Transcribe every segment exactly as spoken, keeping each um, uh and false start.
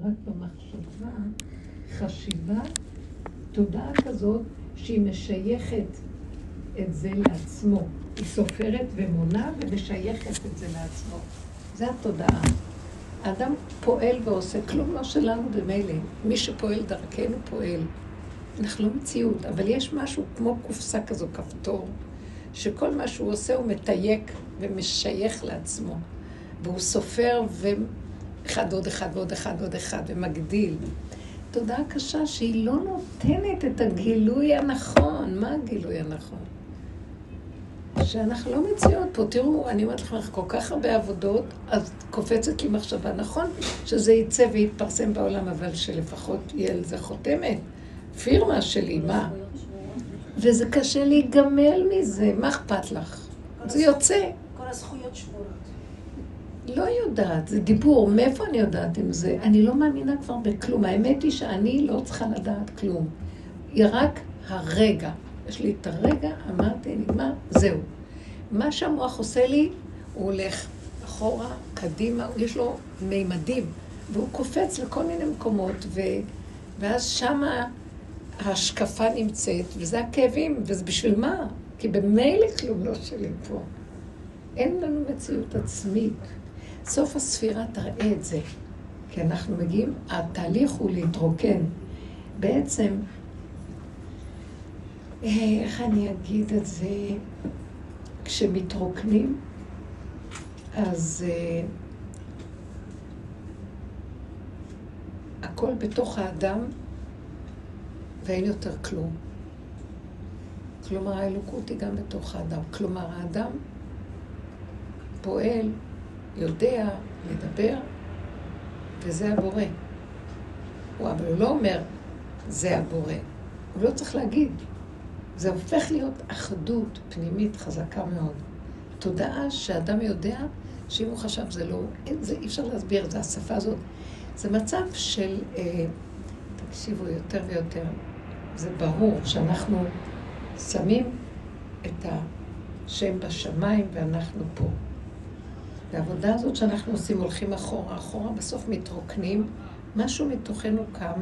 רק במחשבה, חשיבה, תודעה כזאת שהיא משייכת את זה לעצמו. היא סופרת ומונה ומשייכת את זה לעצמו. זה התודעה. האדם פועל ועושה כלום לא שלנו במילא. מי שפועל דרכנו פועל. אנחנו לא מציאות, אבל יש משהו כמו קופסה כזו, כפתור, שכל מה שהוא עושה הוא מתייק ומשייך לעצמו. והוא סופר ואחד עוד אחד ועוד אחד ועוד אחד ומגדיל. תודעה קשה שהיא לא נותנת את הגילוי הנכון. מה הגילוי הנכון? שאנחנו לא מציעות פה. תראו, אני אומרת לכם, כל כך הרבה עבודות, אז קופצת לי מחשבה. נכון שזה יצא ויתפרסם בעולם, אבל שלפחות יהיה על זה חותמת. פירמה שלי, מה? וזה קשה להיגמל מזה. מה אכפת לך? זה יוצא. כל הזכויות שבורות. לא יודעת, זה דיבור. מאיפה אני יודעת עם זה? אני לא מאמינה כבר בכלום. האמת היא שאני לא צריכה לדעת כלום. היא רק הרגע. יש לי את הרגע, אמרתי, נגמר, זהו. מה שהמוח עושה לי, הוא הולך אחורה, קדימה, יש לו מימדים, והוא קופץ לכל מיני מקומות, ו... ואז שמה ההשקפה נמצאת, וזה הכאבים, וזה בשביל מה? כי במילא כלום לא שלי פה. אין לנו מציאות עצמית. סוף הספירה תראה את זה, כי אנחנו מגיעים, התהליך הוא להתרוקן. בעצם, איך אני אגיד את זה, כשמתרוקנים, אז uh, הכל בתוך האדם ואין יותר כלום. כלומר, האלוקות היא גם בתוך האדם. כלומר, האדם פועל, יודע, מדבר, וזה הבורא. הוא, אבל הוא לא אומר, זה הבורא. הוא לא צריך להגיד. זה הופך להיות אחדות פנימית חזקה מאוד. תודעה שאדם יודע שאם הוא חשב זה לא, זה אי אפשר להסביר, זה השפה הזאת. זה מצב של, אה, תקשיבו יותר ויותר, זה ברור שאנחנו שמים את השם בשמיים ואנחנו פה. והעבודה הזאת שאנחנו עושים הולכים אחורה, אחורה, בסוף מתרוקנים, משהו מתוכנו קם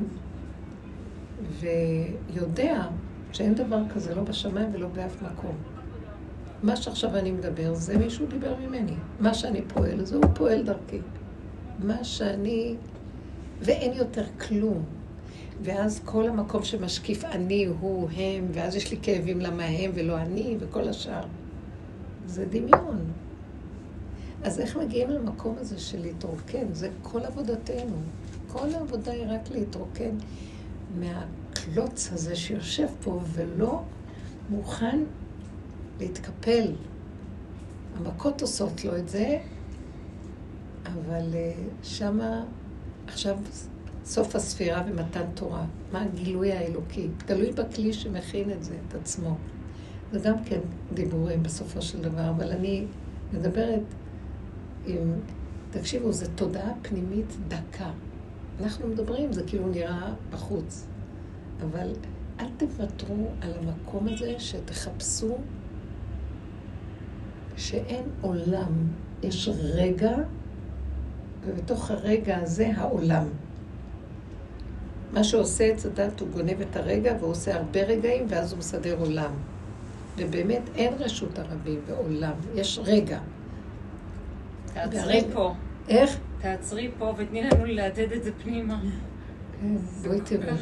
ויודע שאין דבר כזה, לא בשמיים ולא באף מקום. מה שעכשיו אני מדבר, זה מישהו דיבר ממני. מה שאני פועל, זה הוא פועל דרכי. מה שאני... ואין יותר כלום. ואז כל המקום שמשקיף אני, הוא, הם, ואז יש לי כאבים למה הם ולא אני וכל השאר. זה דמיון. אז איך מגיעים למקום הזה של להתרוקן? זה כל עבודתנו. כל העבודה היא רק להתרוקן מהקלוץ הזה שיושב פה ולא מוכן להתקפל. המכות עושות לו את זה, אבל שמה עכשיו סוף הספירה ומתן תורה. מה הגילוי האלוקי? תלוי בכלי שמכין את זה, את עצמו. זה גם כן דיבורים בסופו של דבר, אבל אני מדברת עם... תקשיבו, זו תודעה פנימית דקה. אנחנו מדברים, זה כאילו נראה בחוץ. אבל אל תוותרו על המקום הזה שתחפשו שאין עולם. יש רגע, ובתוך הרגע הזה העולם. מה שעושה את צדת, הוא גונב את הרגע, והוא עושה הרבה רגעים, ואז הוא מסדר עולם. ובאמת אין רשות הרבים בעולם, יש רגע. תעצרי והרגע... פה. איך? תעצרי פה ותני לנו להדד את זה פנימה. כן, בואי תראו.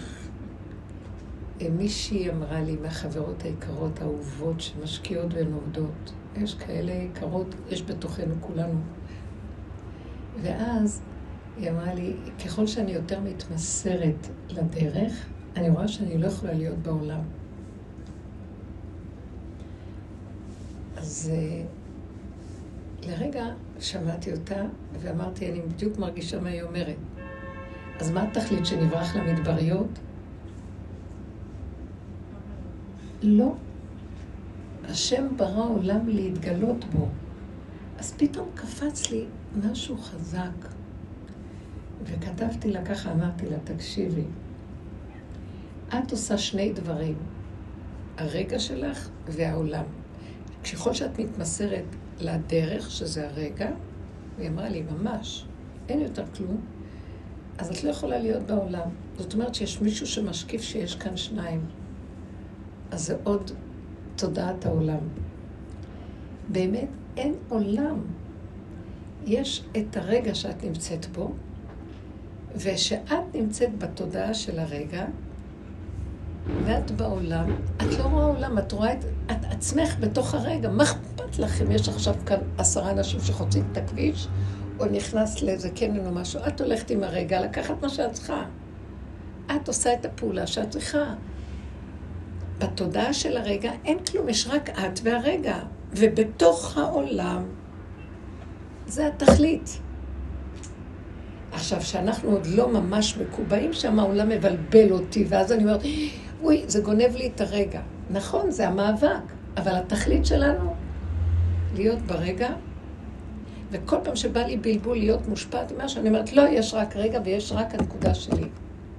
מישהי אמרה לי מהחברות היקרות האהובות שמשקיעות והן עובדות. יש כאלה יקרות, יש בתוכנו כולנו. ואז היא אמרה לי, ככל שאני יותר מתמסרת לדרך, אני רואה שאני לא יכולה להיות בעולם. אז לרגע שמעתי אותה ואמרתי, אני בדיוק מרגישה מה היא אומרת. אז מה התכלית שנברח למדבריות? לא. השם ברא עולם להתגלות בו. אז פתאום קפץ לי משהו חזק. וכתבתי לה ככה, אמרתי לה, תקשיבי. את עושה שני דברים. הרגע שלך והעולם. ככל שאת מתמסרת לדרך, שזה הרגע, היא אמרה לי, ממש, אין יותר כלום, אז את לא יכולה להיות בעולם. זאת אומרת שיש מישהו שמשקיף שיש כאן שניים. אז זה עוד תודעת העולם. באמת אין עולם. יש את הרגע שאת נמצאת בו, ושאת נמצאת בתודעה של הרגע, ואת בעולם, את לא רואה עולם, את רואה את, את עצמך בתוך הרגע. מה אכפת לכם? יש עכשיו כאן עשרה אנשים שחוצים את הכביש, או נכנס לאיזה קניון או משהו, את הולכת עם הרגע, לקחת מה שאת צריכה. את עושה את הפעולה שאת צריכה. בתודעה של הרגע אין כלום, יש רק את והרגע. ובתוך העולם, זה התכלית. עכשיו, שאנחנו עוד לא ממש מקובעים שם, העולם מבלבל אותי, ואז אני אומרת, אוי, זה גונב לי את הרגע. נכון, זה המאבק, אבל התכלית שלנו, להיות ברגע, וכל פעם שבא לי בלבול להיות מושפעת, מה שאני אומרת, לא, יש רק רגע ויש רק הנקודה שלי.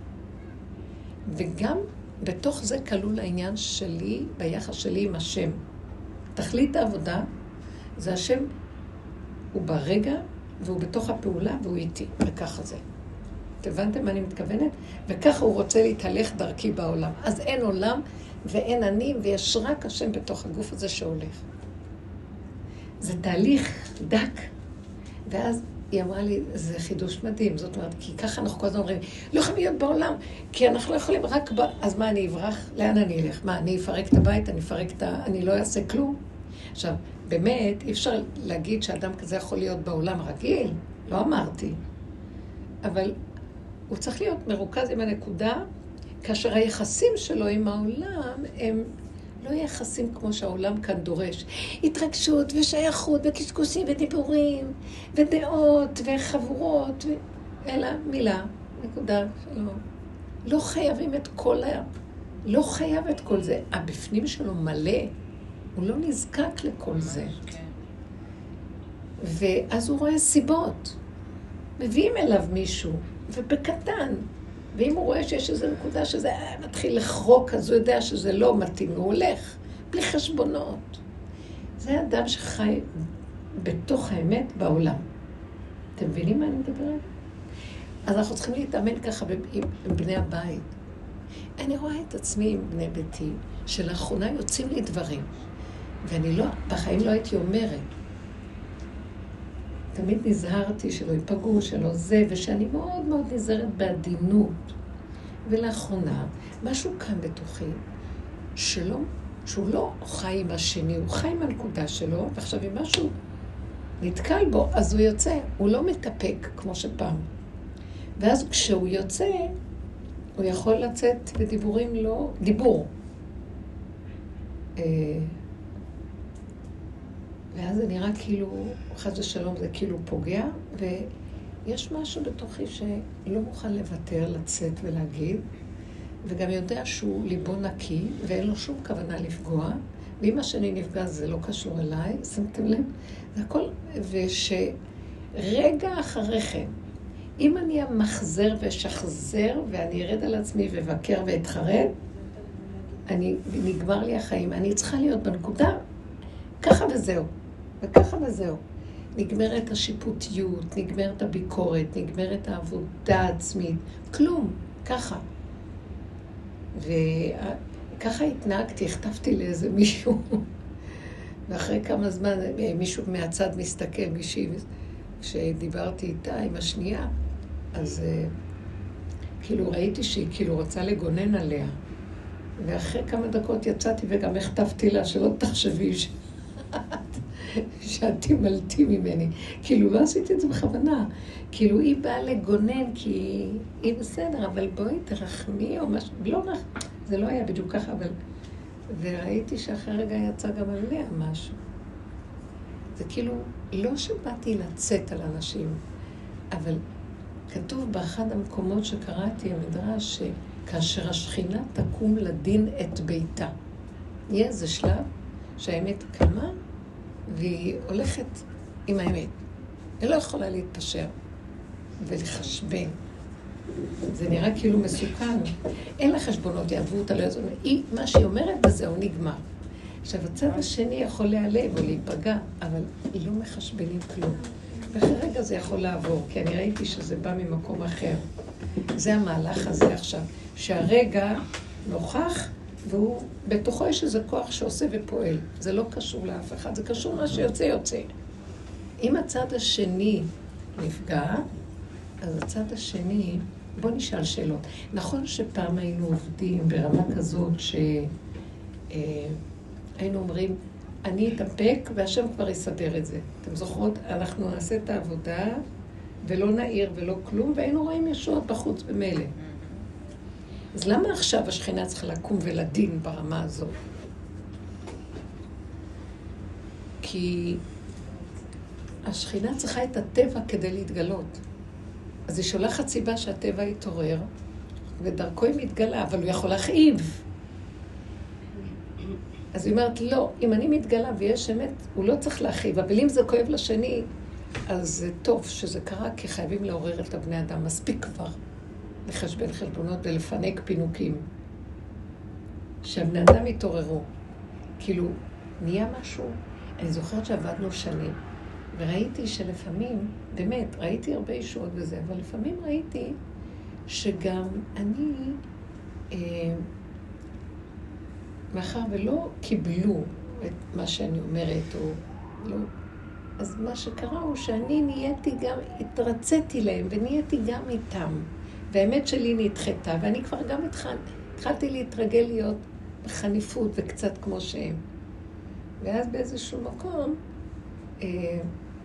וגם בתוך זה כלול העניין שלי, ביחס שלי עם השם. תכלית העבודה זה השם, הוא ברגע, והוא בתוך הפעולה, והוא איתי, וככה זה. הבנתם מה אני מתכוונת? וככה הוא רוצה להתהלך דרכי בעולם. אז אין עולם ואין אני, ויש רק השם בתוך הגוף הזה שהולך. זה תהליך דק, ואז היא אמרה לי, זה חידוש מדהים, זאת אומרת, כי ככה אנחנו כל הזמן אומרים, לא יכולים להיות בעולם, כי אנחנו לא יכולים רק ב... אז מה, אני אברח? לאן אני אלך? מה, אני אפרק את הבית, אני אפרק את ה... אני לא אעשה כלום? עכשיו, באמת, אי אפשר להגיד שאדם כזה יכול להיות בעולם רגיל, לא אמרתי, אבל הוא צריך להיות מרוכז עם הנקודה, כאשר היחסים שלו עם העולם הם לא יחסים כמו שהעולם כאן דורש. התרגשות ושייכות וקשקושים ודיבורים ודעות וחבורות, ו... אלא מילה, נקודה שלו. לא חייבים את כל ה... לא חייב את כל זה. הבפנים שלו מלא. הוא לא נזקק לכל זה. ואז הוא רואה סיבות. מביאים אליו מישהו, ובקטן. ואם הוא רואה שיש איזו נקודה שזה מתחיל לחרוק, אז הוא יודע שזה לא מתאים, הוא הולך, בלי חשבונות. זה אדם שחי בתוך האמת בעולם. אתם מבינים מה אני מדברת? אז אנחנו צריכים להתאמן ככה עם בני הבית. אני רואה את עצמי עם בני ביתי, שלאחרונה יוצאים לי דברים. ואני לא, בחיים לא הייתי אומרת. תמיד נזהרתי שלא ייפגעו, שלא זה, ושאני מאוד מאוד נזהרת בעדינות. ולאחרונה, משהו כאן בתוכי, שלא, שהוא לא חי עם השני, הוא חי עם הנקודה שלו, ועכשיו אם משהו נתקל בו, אז הוא יוצא, הוא לא מתאפק כמו שפעם. ואז כשהוא יוצא, הוא יכול לצאת בדיבורים לא, דיבור. ואז זה נראה כאילו, חס ושלום זה כאילו פוגע, ויש משהו בתוכי שלא מוכן לוותר, לצאת ולהגיד, וגם יודע שהוא ליבו נקי, ואין לו שום כוונה לפגוע, ואם השני נפגע זה לא קשור אליי, שמתם לב? זה הכל, ושרגע אחרי כן, אם אני אמחזר ושחזר, ואני ארד על עצמי ובקר ואתחרד, אני, נגמר לי החיים, אני צריכה להיות בנקודה, ככה וזהו, וככה וזהו. נגמרת השיפוטיות, נגמרת הביקורת, נגמרת העבודה העצמית, כלום, ככה. וככה התנהגתי, הכתבתי לאיזה מישהו, ואחרי כמה זמן מישהו מהצד מסתכל, מישהי, כשדיברתי איתה עם השנייה, אז כאילו ראיתי שהיא כאילו רוצה לגונן עליה. ואחרי כמה דקות יצאתי וגם הכתבתי לה שלא תחשבי ש... שאת תמלתי ממני. כאילו לא עשיתי את זה בכוונה. כאילו היא באה לגונן כי היא בסדר, אבל בואי תרחמי או משהו. לא רח... זה לא היה בדיוק ככה, אבל... וראיתי שאחרי רגע יצא גם עליה משהו. זה כאילו לא שבאתי לצאת על אנשים, אבל כתוב באחד המקומות שקראתי המדרש שכאשר השכינה תקום לדין את ביתה. יהיה איזה שלב שהאמת קמה והיא הולכת עם האמת. היא לא יכולה להתפשר ולחשבן. זה נראה כאילו מסוכן. אין לה חשבונות, יעבו אותה לא יעזור. היא, מה שהיא אומרת וזהו, נגמר. עכשיו, הצד השני יכול להיעלב או להיפגע, אבל לא מחשבנים כלום. ואחרי רגע זה יכול לעבור, כי אני ראיתי שזה בא ממקום אחר. זה המהלך הזה עכשיו, שהרגע נוכח, והוא, בתוכו יש איזה כוח שעושה ופועל. זה לא קשור לאף אחד, זה קשור מה שיוצא יוצא. אם הצד השני נפגע, אז הצד השני, בוא נשאל שאלות. נכון שפעם היינו עובדים ברמה כזאת שהיינו אומרים, אני אתאפק והשם כבר יסדר את זה. אתם זוכרות? אנחנו נעשה את העבודה ולא נעיר ולא כלום, והיינו רואים ישועות בחוץ במילא. אז למה עכשיו השכינה צריכה לקום ולדין ברמה הזאת? כי השכינה צריכה את הטבע כדי להתגלות. אז היא שולחת סיבה שהטבע יתעורר, ודרכו היא מתגלה, אבל הוא יכול להכאיב. אז היא אומרת, לא, אם אני מתגלה ויש אמת, הוא לא צריך להכאיב, אבל אם זה כואב לשני, אז זה טוב שזה קרה, כי חייבים לעורר את הבני אדם. מספיק כבר לחשבן חשבונות ולפנק פינוקים. שהבני אדם יתעוררו. כאילו, נהיה משהו, אני זוכרת שעבדנו שנים, וראיתי שלפעמים, באמת, ראיתי הרבה ישועות וזה, אבל לפעמים ראיתי שגם אני, אה, מאחר ולא קיבלו את מה שאני אומרת, או לא, אז מה שקרה הוא שאני נהייתי גם, התרציתי להם, ונהייתי גם איתם. והאמת שלי נדחתה, ואני כבר גם התחל, התחלתי להתרגל להיות בחניפות וקצת כמו שהם. ואז באיזשהו מקום, אה,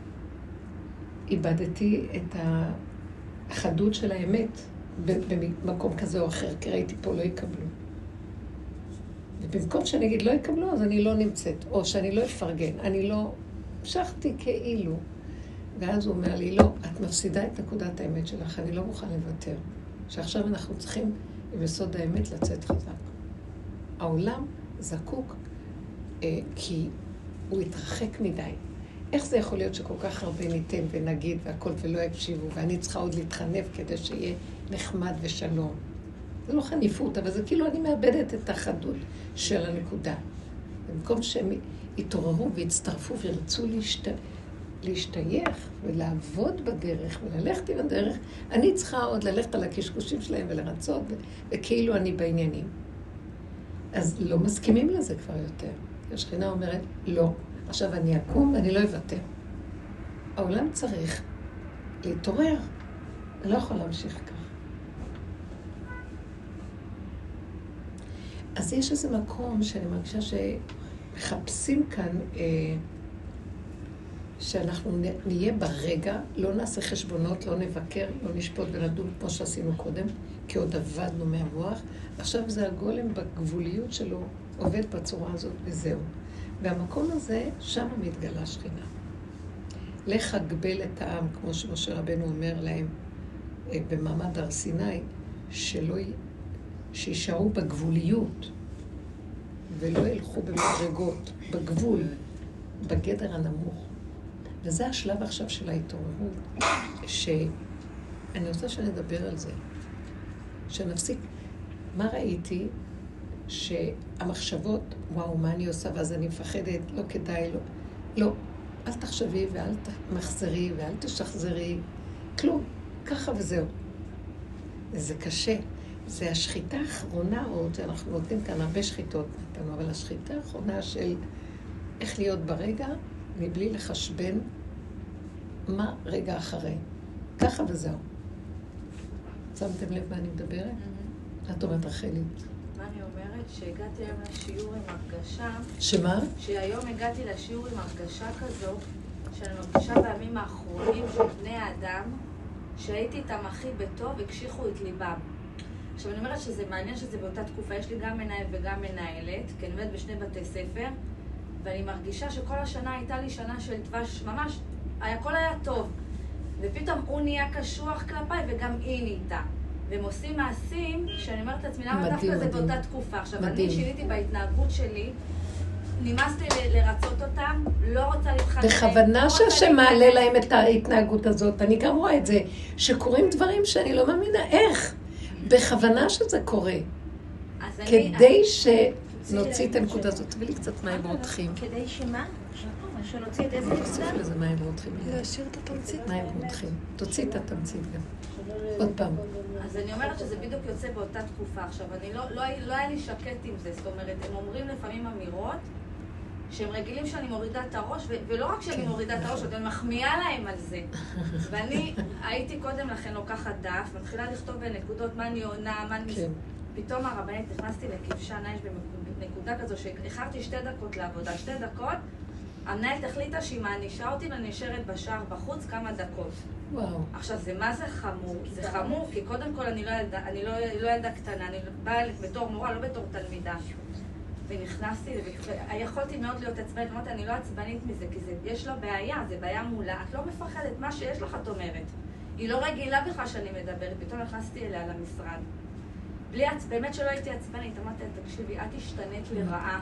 איבדתי את החדות של האמת במקום כזה או אחר, כי ראיתי פה לא יקבלו. ובמקום שאני אגיד לא יקבלו, אז אני לא נמצאת, או שאני לא אפרגן, אני לא המשכתי כאילו. ואז הוא אומר לי, לא, את מפסידה את נקודת האמת שלך, אני לא מוכן לוותר. שעכשיו אנחנו צריכים עם יסוד האמת לצאת חזק. העולם זקוק, אה, כי הוא התרחק מדי. איך זה יכול להיות שכל כך הרבה ניתן ונגיד והכל ולא יקשיבו, ואני צריכה עוד להתחנף כדי שיהיה נחמד ושלום. זה לא חניפות, אבל זה כאילו אני מאבדת את החדות של הנקודה. במקום שהם יתעוררו והצטרפו וירצו להשת... להשתייך ולעבוד בדרך וללכת עם הדרך, אני צריכה עוד ללכת על הקשקושים שלהם ולרצות, ו... וכאילו אני בעניינים. אז לא מסכימים לזה כבר יותר. השכינה אומרת, לא. עכשיו אני אקום ואני לא אוותר. העולם צריך להתעורר. אני לא יכול להמשיך כך. אז יש איזה מקום שאני מרגישה שמחפשים כאן, אה, שאנחנו נהיה ברגע, לא נעשה חשבונות, לא נבקר, לא נשפוט ונדון כמו שעשינו קודם, כי עוד עבדנו מהמוח. עכשיו זה הגולם בגבוליות שלו, עובד בצורה הזאת וזהו. והמקום הזה, שם מתגלה שכינה. לך הגבל את העם, כמו שמשה רבנו אומר להם, במעמד הר סיני, שלא, שישארו בגבוליות, ולא ילכו במדרגות, בגבול, בגדר הנמוך. וזה השלב עכשיו של ההתעוררות, שאני רוצה שנדבר על זה, שנפסיק. מה ראיתי? שהמחשבות, וואו, מה אני עושה, ואז אני מפחדת, לא כדאי, לא. לא, אל תחשבי ואל תחזרי ואל תשחזרי, כלום, ככה וזהו. זה קשה. זה השחיטה האחרונה, או שאנחנו נותנים כאן הרבה שחיטות נתנו, אבל השחיטה האחרונה של איך להיות ברגע, מבלי לחשבן מה רגע אחרי. ככה וזהו. שמתם לב מה אני מדברת? את אומרת רחלית. מה אני אומרת? שהגעתי היום לשיעור עם הרגשה... שמה? שהיום הגעתי לשיעור עם הרגשה כזו, שאני מרגישה בימים האחרונים של בני האדם, שהייתי איתם הכי בטוב, הקשיחו את ליבם. עכשיו אני אומרת שזה מעניין שזה באותה תקופה, יש לי גם מנהל וגם מנהלת, כי אני עומדת בשני בתי ספר, ואני מרגישה שכל השנה הייתה לי שנה של דבש, ממש, הכל היה טוב. ופתאום הוא נהיה קשוח כלפיי וגם היא נהייתה. והם עושים מעשים שאני אומרת לעצמי, למה דווקא זה באותה תקופה? עכשיו מדהים. אני שיניתי בהתנהגות שלי, נמאס לי לרצות אותם, לא רוצה להתחתן. בכוונה שהשם מעלה להם את ההתנהגות הזאת, אני גם רואה את זה, שקורים דברים שאני לא מאמינה, איך? בכוונה שזה קורה. כדי שנוציא את הנקודה הזאת, תביא לי קצת מים רותחים. כדי שמה? שנוציא את איזה נקודה? תוסיף לזה מים רותחים. להשאיר את התמצית. מים רותחים. תוציא את התמצית גם. עוד פעם. אז אני אומרת שזה בדיוק יוצא באותה תקופה. עכשיו, אני לא, לא, לא היה לי שקט עם זה, זאת אומרת, הם אומרים לפעמים אמירות שהם רגילים שאני מורידה את הראש, ו- ולא רק שאני מורידה את הראש, אני מחמיאה להם על זה. ואני הייתי קודם לכן לוקחת דף, מתחילה לכתוב בנקודות מה אני עונה, מה אני... פתאום הרבנית נכנסתי לכבשן האש בנקודה כזו, שאיחרתי שתי דקות לעבודה, שתי דקות, המנהלת החליטה שהיא מענישה אותי ואני נשארת בשער בחוץ כמה דקות. וואו. עכשיו, זה מה זה חמור? זה חמור כי קודם כל אני לא ילדה, אני לא, לא ילדה קטנה, אני באה בתור מורה, לא בתור תלמידה. ונכנסתי, ויכולתי מאוד להיות עצבנית, אמרתי, אני לא עצבנית מזה, כי זה, יש לה בעיה, זה בעיה מולה, את לא מפחדת, מה שיש לך את אומרת. היא לא רגילה בכלל שאני מדברת, פתאום נכנסתי אליה למשרד. בלי עצ... באמת שלא הייתי עצבנית, אמרתי, תקשיבי, את השתנית לרעה.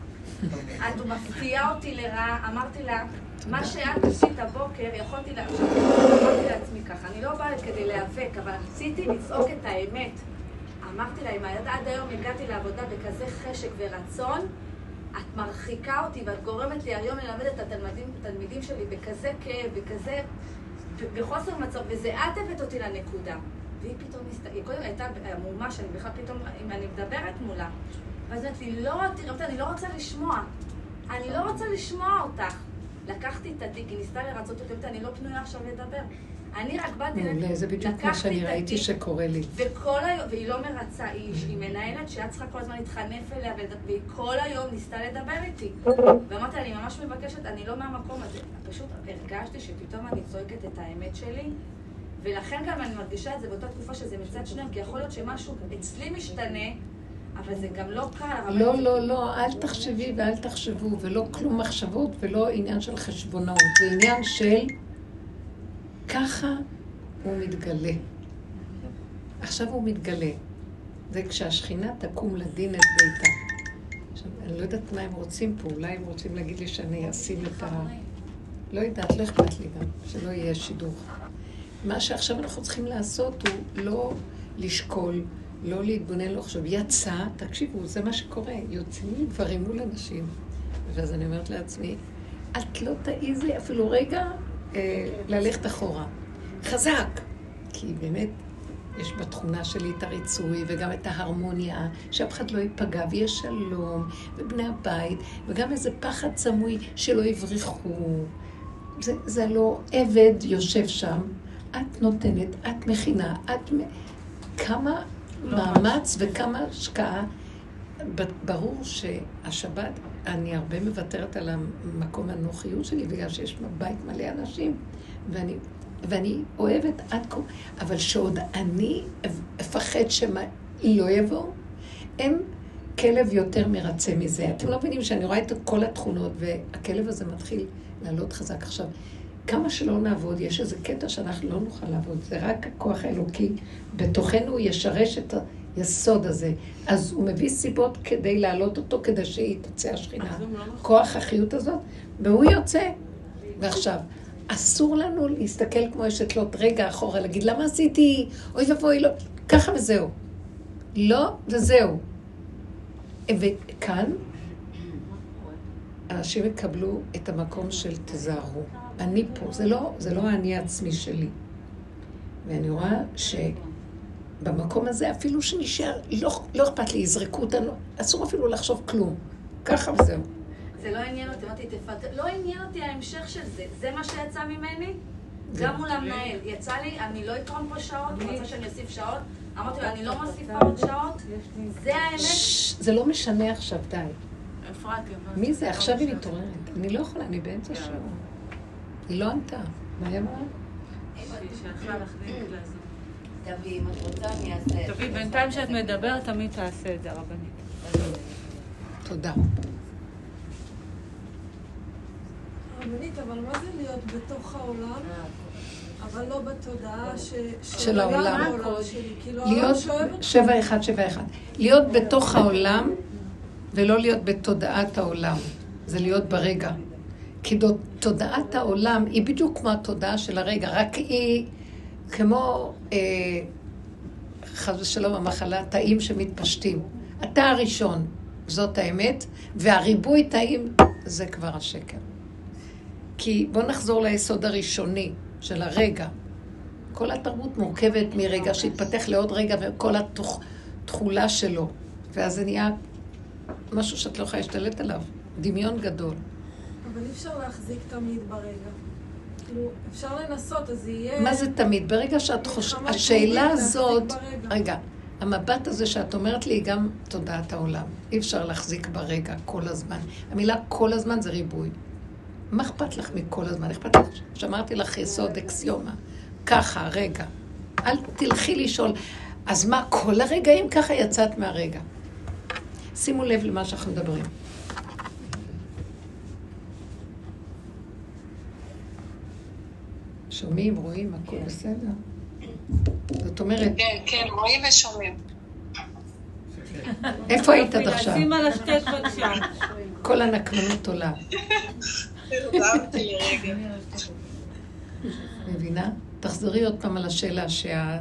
את מפתיעה אותי לרעה, אמרתי לה, מה שאת עשית הבוקר, יכולתי לה... אמרתי לעצמי ככה, אני לא באה כדי להיאבק, אבל רציתי לצעוק את האמת. אמרתי לה, אם עד היום הגעתי לעבודה בכזה חשק ורצון, את מרחיקה אותי ואת גורמת לי היום ללמד את התלמידים, התלמידים שלי בכזה כאב, בכזה, בחוסר מצב, וזה את הבאת אותי לנקודה. והיא פתאום, היא קודם הייתה מומה שאני בכלל פתאום, אם אני מדברת מולה, ואז אמרתי לי, לא, תראו, אני לא רוצה לשמוע, אני לא רוצה לשמוע אותך. לקחתי את התיק, היא ניסתה לרצות אותי, אני לא פנויה עכשיו לדבר. אני רק באתי... מעולה, זה בדיוק מה שאני ראיתי שקורה לי. וכל היום, והיא לא מרצה, היא מנהלת שאת צריכה כל הזמן להתחנף אליה, והיא כל היום ניסתה לדבר איתי. ואמרתי, אני ממש מבקשת, אני לא מהמקום הזה. פשוט הרגשתי שפתאום אני צועקת את האמת שלי, ולכן גם אני מרגישה את זה באותה תקופה שזה מצד שניהם, כי יכול להיות שמשהו אצלי משתנה, אבל זה גם לא קל. לא, לא, לא, אל תחשבי ואל תחשבו, ולא כלום מחשבות ולא עניין של חשבונאות. זה עניין של... ככה הוא מתגלה. עכשיו הוא מתגלה. זה כשהשכינה תקום לדין את ביתה. עכשיו, אני לא יודעת מה הם רוצים פה, אולי הם רוצים להגיד לי שאני אשים את ה... לא יודעת, לא אכפת לי גם, שלא יהיה שידור. מה שעכשיו אנחנו צריכים לעשות הוא לא לשקול, לא להתבונן, לא חשוב. יצא, תקשיבו, זה מה שקורה, יוצאים דברים מול אנשים. ואז אני אומרת לעצמי, את לא תעיזי אפילו רגע, ללכת אחורה. חזק! כי באמת יש בתכונה שלי את הריצוי וגם את ההרמוניה, שאף אחד לא ייפגע ויש שלום, ובני הבית, וגם איזה פחד סמוי שלא יברחו. זה, זה לא עבד יושב שם, את נותנת, את מכינה, את... כמה מאמץ וכמה השקעה. ברור שהשבת, אני הרבה מוותרת על המקום הנוחיות שלי, בגלל שיש בית מלא אנשים, ואני, ואני אוהבת עד כה, אבל שעוד אני אפחד שמה לא יבוא, אין כלב יותר מרצה מזה. אתם לא מבינים שאני רואה את כל התכונות, והכלב הזה מתחיל לעלות חזק. עכשיו, כמה שלא נעבוד, יש איזה קטע שאנחנו לא נוכל לעבוד, זה רק הכוח האלוקי, בתוכנו ישרש את היסוד הזה, אז הוא מביא סיבות כדי להעלות אותו, כדי שהיא תצא השכינה, כוח החיות הזאת, והוא יוצא. ועכשיו, אסור לנו להסתכל כמו אשת לוט רגע אחורה, להגיד, למה עשיתי? אוי ובואי, לא, ככה וזהו. לא, וזהו. וכאן, אנשים יקבלו את המקום של תזהרו. אני פה, זה לא, זה לא אני העצמי שלי. ואני רואה שבמקום הזה, אפילו שנשאר, לא, לא אכפת לי, יזרקו אותנו, אסור אפילו לחשוב כלום. ככה וזהו. זה לא עניין אותי, אמרתי, תפת... לא עניין אותי ההמשך של זה. זה מה שיצא ממני, גם מול המנהל. יצא לי, אני לא אתרום פה שעות, הוא רוצה שאני אוסיף שעות. אמרתי לו, אני לא מוסיפה עוד שעות. זה האמת. זה לא משנה עכשיו, די. מי זה? עכשיו היא מתעוררת. אני לא יכולה, אני באמצע שעה. היא לא ענתה. מה היא אמרה? תביא, אם את רוצה, אני אעשה. תביא, בינתיים שאת מדברת, תמיד תעשה את זה, הרבנית. תודה. רבנית, אבל מה זה להיות בתוך העולם, אבל לא בתודעה של העולם? כאילו, להיות שבע אחד, שבע אחד. להיות בתוך העולם ולא להיות בתודעת העולם. זה להיות ברגע. כי תודעת העולם היא בדיוק כמו התודעה של הרגע, רק היא כמו, אה, חס ושלום, המחלה, תאים שמתפשטים. אתה הראשון, זאת האמת, והריבוי תאים זה כבר השקר. כי בוא נחזור ליסוד הראשוני של הרגע. כל התרבות מורכבת מרגע שהתפתח לעוד רגע וכל התחולה שלו. ואז זה נהיה משהו שאת לא יכולה להשתלט עליו. דמיון גדול. אבל אי אפשר להחזיק תמיד ברגע. כאילו, אפשר לנסות, אז יהיה... מה זה תמיד? ברגע שאת חושבת... השאלה הזאת... רגע, המבט הזה שאת אומרת לי היא גם תודעת העולם. אי אפשר להחזיק ברגע כל הזמן. המילה כל הזמן זה ריבוי. מה אכפת לך מכל הזמן? אכפת לך? שאמרתי לך יסוד אקסיומה. ככה, רגע. אל תלכי לשאול. אז מה, כל הרגעים ככה יצאת מהרגע? שימו לב למה שאנחנו מדברים. שומעים, רואים, הכל בסדר. זאת אומרת... כן, כן, רואים ושומעים. איפה היית עד עכשיו? שים על השטט בבקשה. כל הנקמנות עולה. הרדמתי לרגע. מבינה? תחזרי עוד פעם על השאלה שה...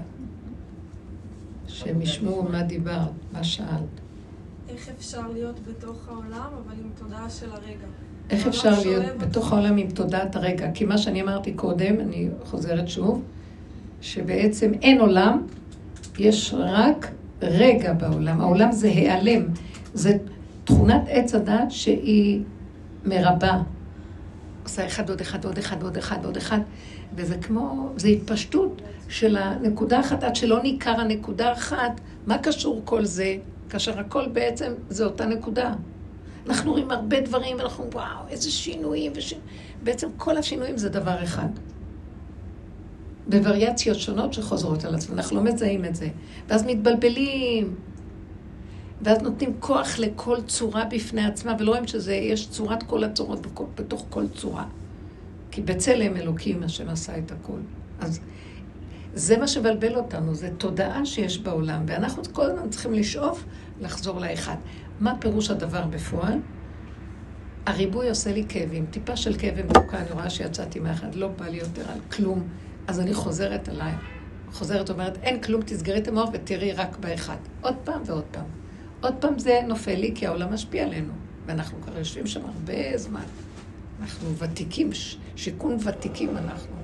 שהם ישמעו מה דיברת, מה שאלת. איך אפשר להיות בתוך העולם, אבל עם תודעה של הרגע? איך אפשר להיות בתוך העולם עם תודעת הרגע? כי מה שאני אמרתי קודם, אני חוזרת שוב, שבעצם אין עולם, יש רק רגע בעולם. העולם זה העלם, זה תכונת עץ הדת שהיא מרבה. עושה אחד עוד אחד עוד אחד עוד אחד עוד אחד, וזה כמו, זה התפשטות של הנקודה אחת, עד שלא ניכר הנקודה אחת, מה קשור כל זה? כאשר הכל בעצם זה אותה נקודה. אנחנו רואים הרבה דברים, ואנחנו וואו, איזה שינויים, וש... בעצם כל השינויים זה דבר אחד. בווריאציות שונות שחוזרות על עצמם, אנחנו לא מזהים את זה. ואז מתבלבלים, ואז נותנים כוח לכל צורה בפני עצמה, ולא רואים שזה, יש צורת כל הצורות בכל, בתוך כל צורה. כי בצלם אלוקים השם עשה את הכל. אז זה מה שבלבל אותנו, זה תודעה שיש בעולם, ואנחנו כל הזמן צריכים לשאוף לחזור לאחד. מה פירוש הדבר בפועל? הריבוי עושה לי כאבים, טיפה של כאבים מתוקה, אני רואה שיצאתי מאחד, לא בא לי יותר על כלום, אז אני חוזרת עליי, חוזרת אומרת, אין כלום, תסגרי את המוח ותראי רק באחד. עוד פעם ועוד פעם. עוד פעם זה נופל לי, כי העולם משפיע עלינו, ואנחנו כבר יושבים שם הרבה זמן. אנחנו ותיקים, שיקון ותיקים אנחנו.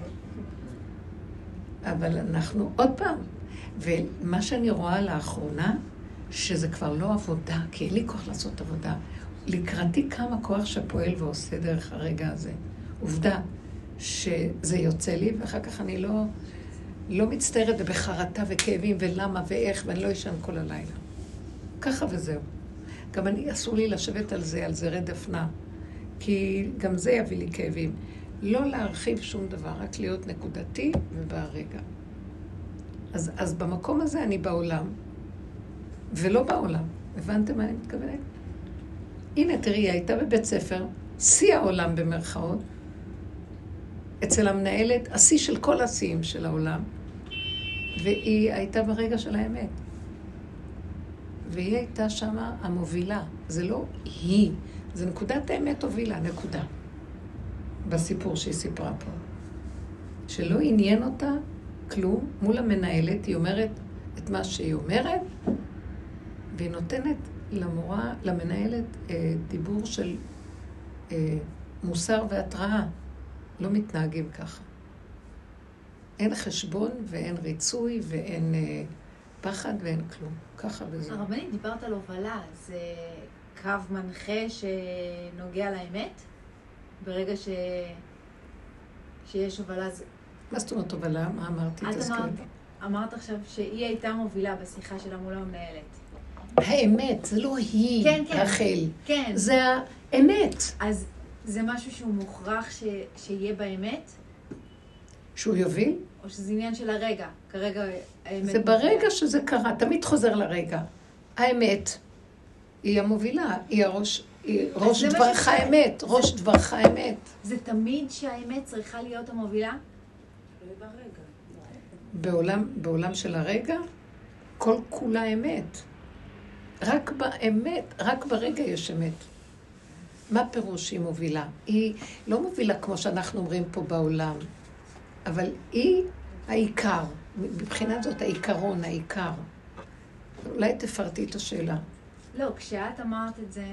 אבל אנחנו עוד פעם, ומה שאני רואה לאחרונה, שזה כבר לא עבודה, כי אין לי כוח לעשות עבודה. לקראתי כמה כוח שפועל ועושה דרך הרגע הזה. עובדה שזה יוצא לי, ואחר כך אני לא, לא מצטערת ובחרטה וכאבים ולמה ואיך, ואני לא ישן כל הלילה. ככה וזהו. גם אני, אסור לי לשבת על זה, על זרי דפנה, כי גם זה יביא לי כאבים. לא להרחיב שום דבר, רק להיות נקודתי וברגע. אז, אז במקום הזה אני בעולם, ולא בעולם. הבנתם מה אני מתכוונת? הנה, תראי, היא הייתה בבית ספר, שיא העולם במרכאות, אצל המנהלת, השיא של כל השיאים של העולם, והיא הייתה ברגע של האמת. והיא הייתה שמה המובילה. זה לא היא, זה נקודת האמת הובילה, נקודה. בסיפור שהיא סיפרה פה. שלא עניין אותה כלום, מול המנהלת, היא אומרת את מה שהיא אומרת, והיא נותנת למורה, למנהלת, אה, דיבור של אה, מוסר והתראה. לא מתנהגים ככה. אין חשבון ואין ריצוי ואין אה, פחד ואין כלום. ככה וזהו. הרבנית, דיברת על הובלה, זה קו מנחה שנוגע לאמת? ברגע ש... שיש הובלה זה... מה זאת אומרת הובלה? מה אמרתי? את אמרת, אמרת עכשיו שהיא הייתה מובילה בשיחה שלה מול המנהלת. האמת, זה לא היא, כן, כן. רחל. כן. זה האמת. אז זה משהו שהוא מוכרח ש... שיהיה באמת? שהוא יוביל? או שזה עניין של הרגע? כרגע האמת... זה ברגע שזה קרה, תמיד חוזר לרגע. האמת היא המובילה, היא הראש, היא ראש דברך האמת, ראש דברך האמת. זה תמיד שהאמת צריכה להיות המובילה? בעולם, בעולם של הרגע, כל כולה אמת. רק באמת, רק ברגע יש אמת. מה פירוש היא מובילה? היא לא מובילה כמו שאנחנו אומרים פה בעולם, אבל היא העיקר. מבחינת זאת העיקרון, העיקר. אולי תפרטי את השאלה. לא, כשאת אמרת את זה,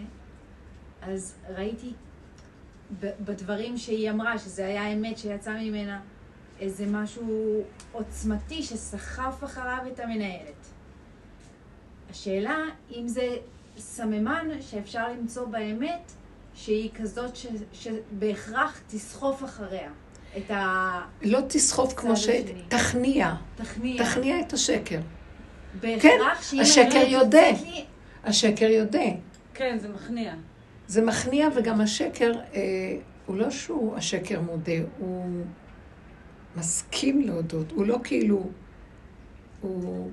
אז ראיתי בדברים שהיא אמרה, שזה היה האמת שיצא ממנה, איזה משהו עוצמתי שסחף אחריו את המנהלת. השאלה אם זה סממן שאפשר למצוא באמת שהיא כזאת ש, שבהכרח תסחוף אחריה את ה... לא תסחוף כמו ש... תכניע. תכניע. תכניע את השקר. בהכרח כן, שהיא השקר מנהלת יודע. יוצאת לי... השקר יודע. כן, זה מכניע. זה מכניע, וגם השקר, אה, הוא לא שהוא השקר מודה, הוא מסכים להודות, הוא לא כאילו, הוא...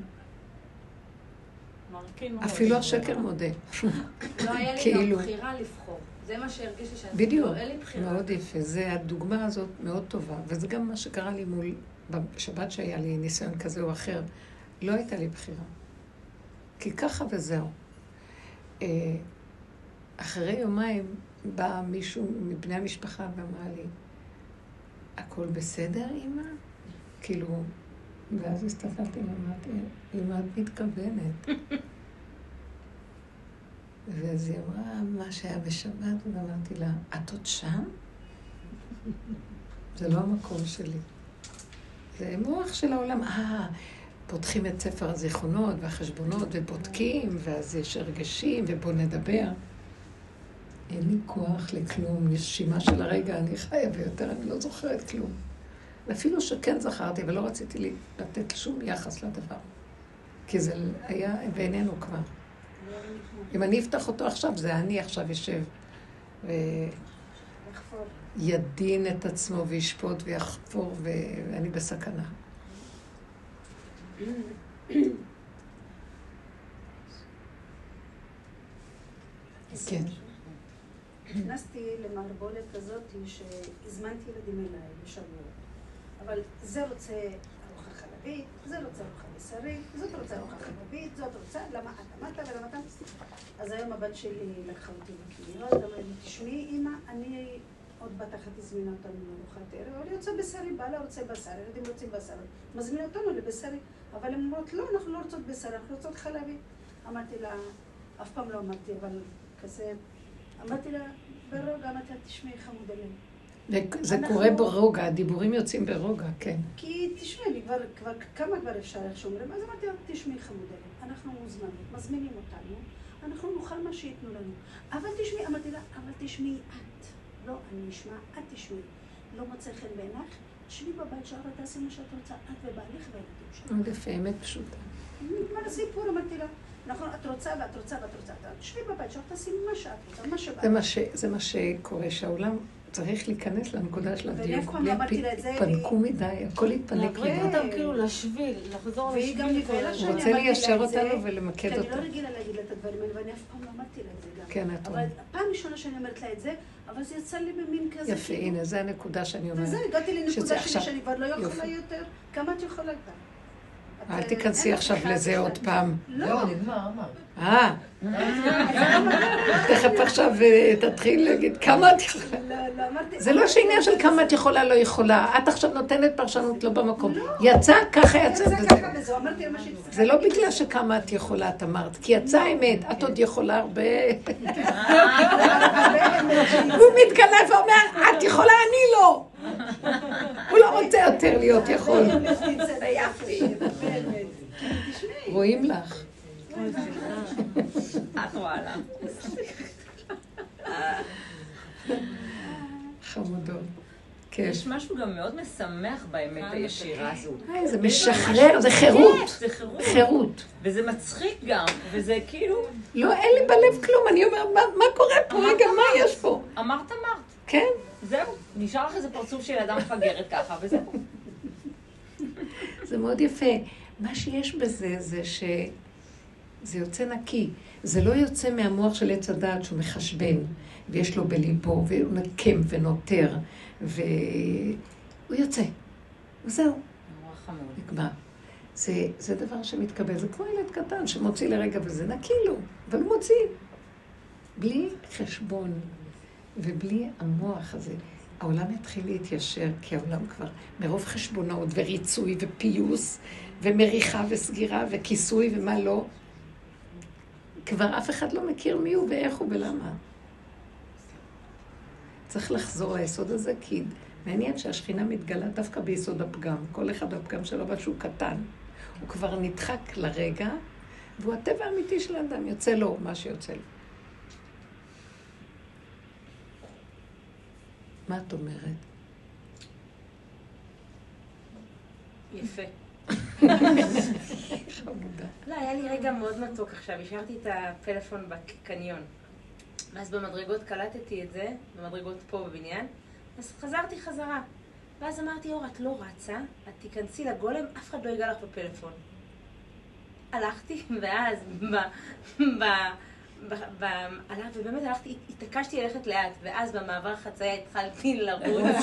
מרכין מאוד. אפילו השקר מודה. לא היה לי כאילו. גם בחירה לבחור. זה מה שהרגיש לי שאני... בדיוק, לא, אין לי בחירה. מאוד יפה. זה הדוגמה הזאת מאוד טובה, וזה גם מה שקרה לי מול, בשבת שהיה לי ניסיון כזה או אחר, לא הייתה לי בחירה. כי ככה וזהו. אה, אחרי יומיים בא מישהו מבני המשפחה ואמרה לי, הכל בסדר, אמא? כאילו, ואז הסתכלתי ואמרתי, אמא, את מתכוונת. ואז היא אמרה, מה שהיה בשבת, ואמרתי לה, את עוד שם? זה לא המקום שלי. זה מוח של העולם. אה, פותחים את ספר הזיכרונות והחשבונות ובודקים, ואז יש הרגשים, ובוא נדבר. אין לי כוח לכלום, נשימה של הרגע, אני חיה ביותר, אני לא זוכרת כלום. ואפילו שכן זכרתי, ולא רציתי לתת שום יחס לדבר. כי זה היה בינינו כבר. אם אני אפתח אותו עכשיו, זה אני עכשיו יושב וידין את עצמו וישפוט ויחפור, ואני בסכנה. כן. נכנסתי למערבולת כזאת שהזמנתי ילדים אליי בשבוע. אבל זה רוצה ארוחה חלבית, זה רוצה ארוחה בשרית, זאת רוצה ארוחה חלבית, זאת רוצה, למה את אמרת ולמה אתה? אז היום הבת שלי לקחה אותי בקניות, אמרה לי, תשמעי אמא, אני עוד בת אחת הזמינה אותנו לארוחת ערב, אבל היא רוצה בשרי, בעלה רוצה בשר, ילדים רוצים בשר, מזמין אותנו לבשרי, אבל הן אומרות, לא, אנחנו לא רוצות בשר, אנחנו רוצות חלבית. אמרתי לה, אף פעם לא אמרתי, אבל כזה, אמרתי לה, ברוגע, אמרתי לה, תשמעי חמודה לי. זה קורה ברוגע, הדיבורים יוצאים ברוגע, כן. כי תשמעי, אני כבר, כבר, כמה כבר אפשר איך שאומרים, אז אמרתי לה, תשמעי חמודה לי, אנחנו מוזמנים, מזמינים אותנו, אנחנו נאכל מה שיתנו לנו. אבל תשמעי, אמרתי לה, אבל תשמעי את. לא, אני אשמע, את תשמעי. לא מוצא חן בעינייך, תשמעי בבית שלך ותעשי מה שאת רוצה, את ובעלך והילדים שלך. מאוד יפה, אמת פשוטה. נגמר הסיפור, אמרתי לה, נכון, את רוצה ואת רוצה ואת רוצה, תשמעי בבית שלך, תעשי מה שאת רוצה, מה שבא. זה מה ש- זה מה שקורה, שהעולם צריך להיכנס לנקודה של הדיוק, בלי התפנקו מדי, הכל יתפנק להבריק מדי. אותם כאילו לשביל, לחזור והיא גם לשביל. נבהלה כל שאני הוא הזמן. רוצה אמרתי לה ליישר את זה, אותנו ולמקד כי אני אותנו. לא רגילה להגיד לה את הדברים האלה, ואני אף פעם לא אמרתי לה את זה גם. כן, את אבל אומרת. פעם ראשונה שאני אומרת לה את זה, אבל זה יצא לי במין כזה. יפה, הנה, זה הנקודה שאני אומרת. וזה, הגעתי לנקודה שזה שלי עכשיו- שאני כבר לא יכולה יופי. יותר. כמה את יכולה איתה? אל את, תיכנסי אין עכשיו לך לזה אחד עוד אחד. פעם. לא, נגמר, אמר. אה, תכף עכשיו אה, תתחיל להגיד כמה את יכולה. לא, לא, אמרתי... זה לא שעניין של כמה את יכולה, לא יכולה. את עכשיו נותנת פרשנות לא במקום. יצא, ככה יצא יצא וזה. ככה וזהו, אמרתי לה מה שהיא צריכה זה לא להגיד. בגלל שכמה את יכולה, את אמרת, כי יצא האמת, את עוד יכולה הרבה. הוא מתגלה ואומר, את יכולה, אני לא. הוא לא רוצה יותר להיות יכול. רואים לך. את רואה לה. חמודות. כן. יש משהו גם מאוד משמח באמת הישירה הזו. אה, זה משחרר, זה חירות. זה חירות. חירות. וזה מצחיק גם, וזה כאילו... לא, אין לי בלב כלום, אני אומרת, מה, מה קורה פה? רגע, מה יש פה? אמרת, אמרת. כן? זהו, נשאר לך איזה פרצוף של אדם מפגרת ככה, וזהו. זה מאוד יפה. מה שיש בזה זה שזה יוצא נקי. זה לא יוצא מהמוח של עץ הדעת שהוא מחשבן, ויש לו בליבו, והוא נקם ונותר, והוא יוצא. וזהו, נורא חמוד. נגמר. זה, זה דבר שמתקבל. זה כמו ילד קטן שמוציא לרגע וזה נקי לו, אבל הוא מוציא. בלי חשבון ובלי המוח הזה. העולם התחיל להתיישר, כי העולם כבר מרוב חשבונות וריצוי ופיוס ומריחה וסגירה וכיסוי ומה לא, כבר אף אחד לא מכיר מי הוא ואיך הוא ולמה. צריך לחזור ליסוד הזה, כי מעניין שהשכינה מתגלה דווקא ביסוד הפגם. כל אחד הפגם שלו, אבל שהוא קטן. הוא כבר נדחק לרגע, והוא הטבע האמיתי של האדם. יוצא לו מה שיוצא לו. מה את אומרת? יפה. חמודה. לא, היה לי רגע מאוד מתוק עכשיו. השארתי את הפלאפון בקניון. ואז במדרגות קלטתי את זה, במדרגות פה בבניין, אז חזרתי חזרה. ואז אמרתי, אור, את לא רצה, את תיכנסי לגולם, אף אחד לא ייגע לך בפלאפון. הלכתי, ואז ב... ב... ב... ב... הלך, ובאמת הלכתי, התעקשתי ללכת לאט, ואז במעבר חצייה התחלתי לרוץ.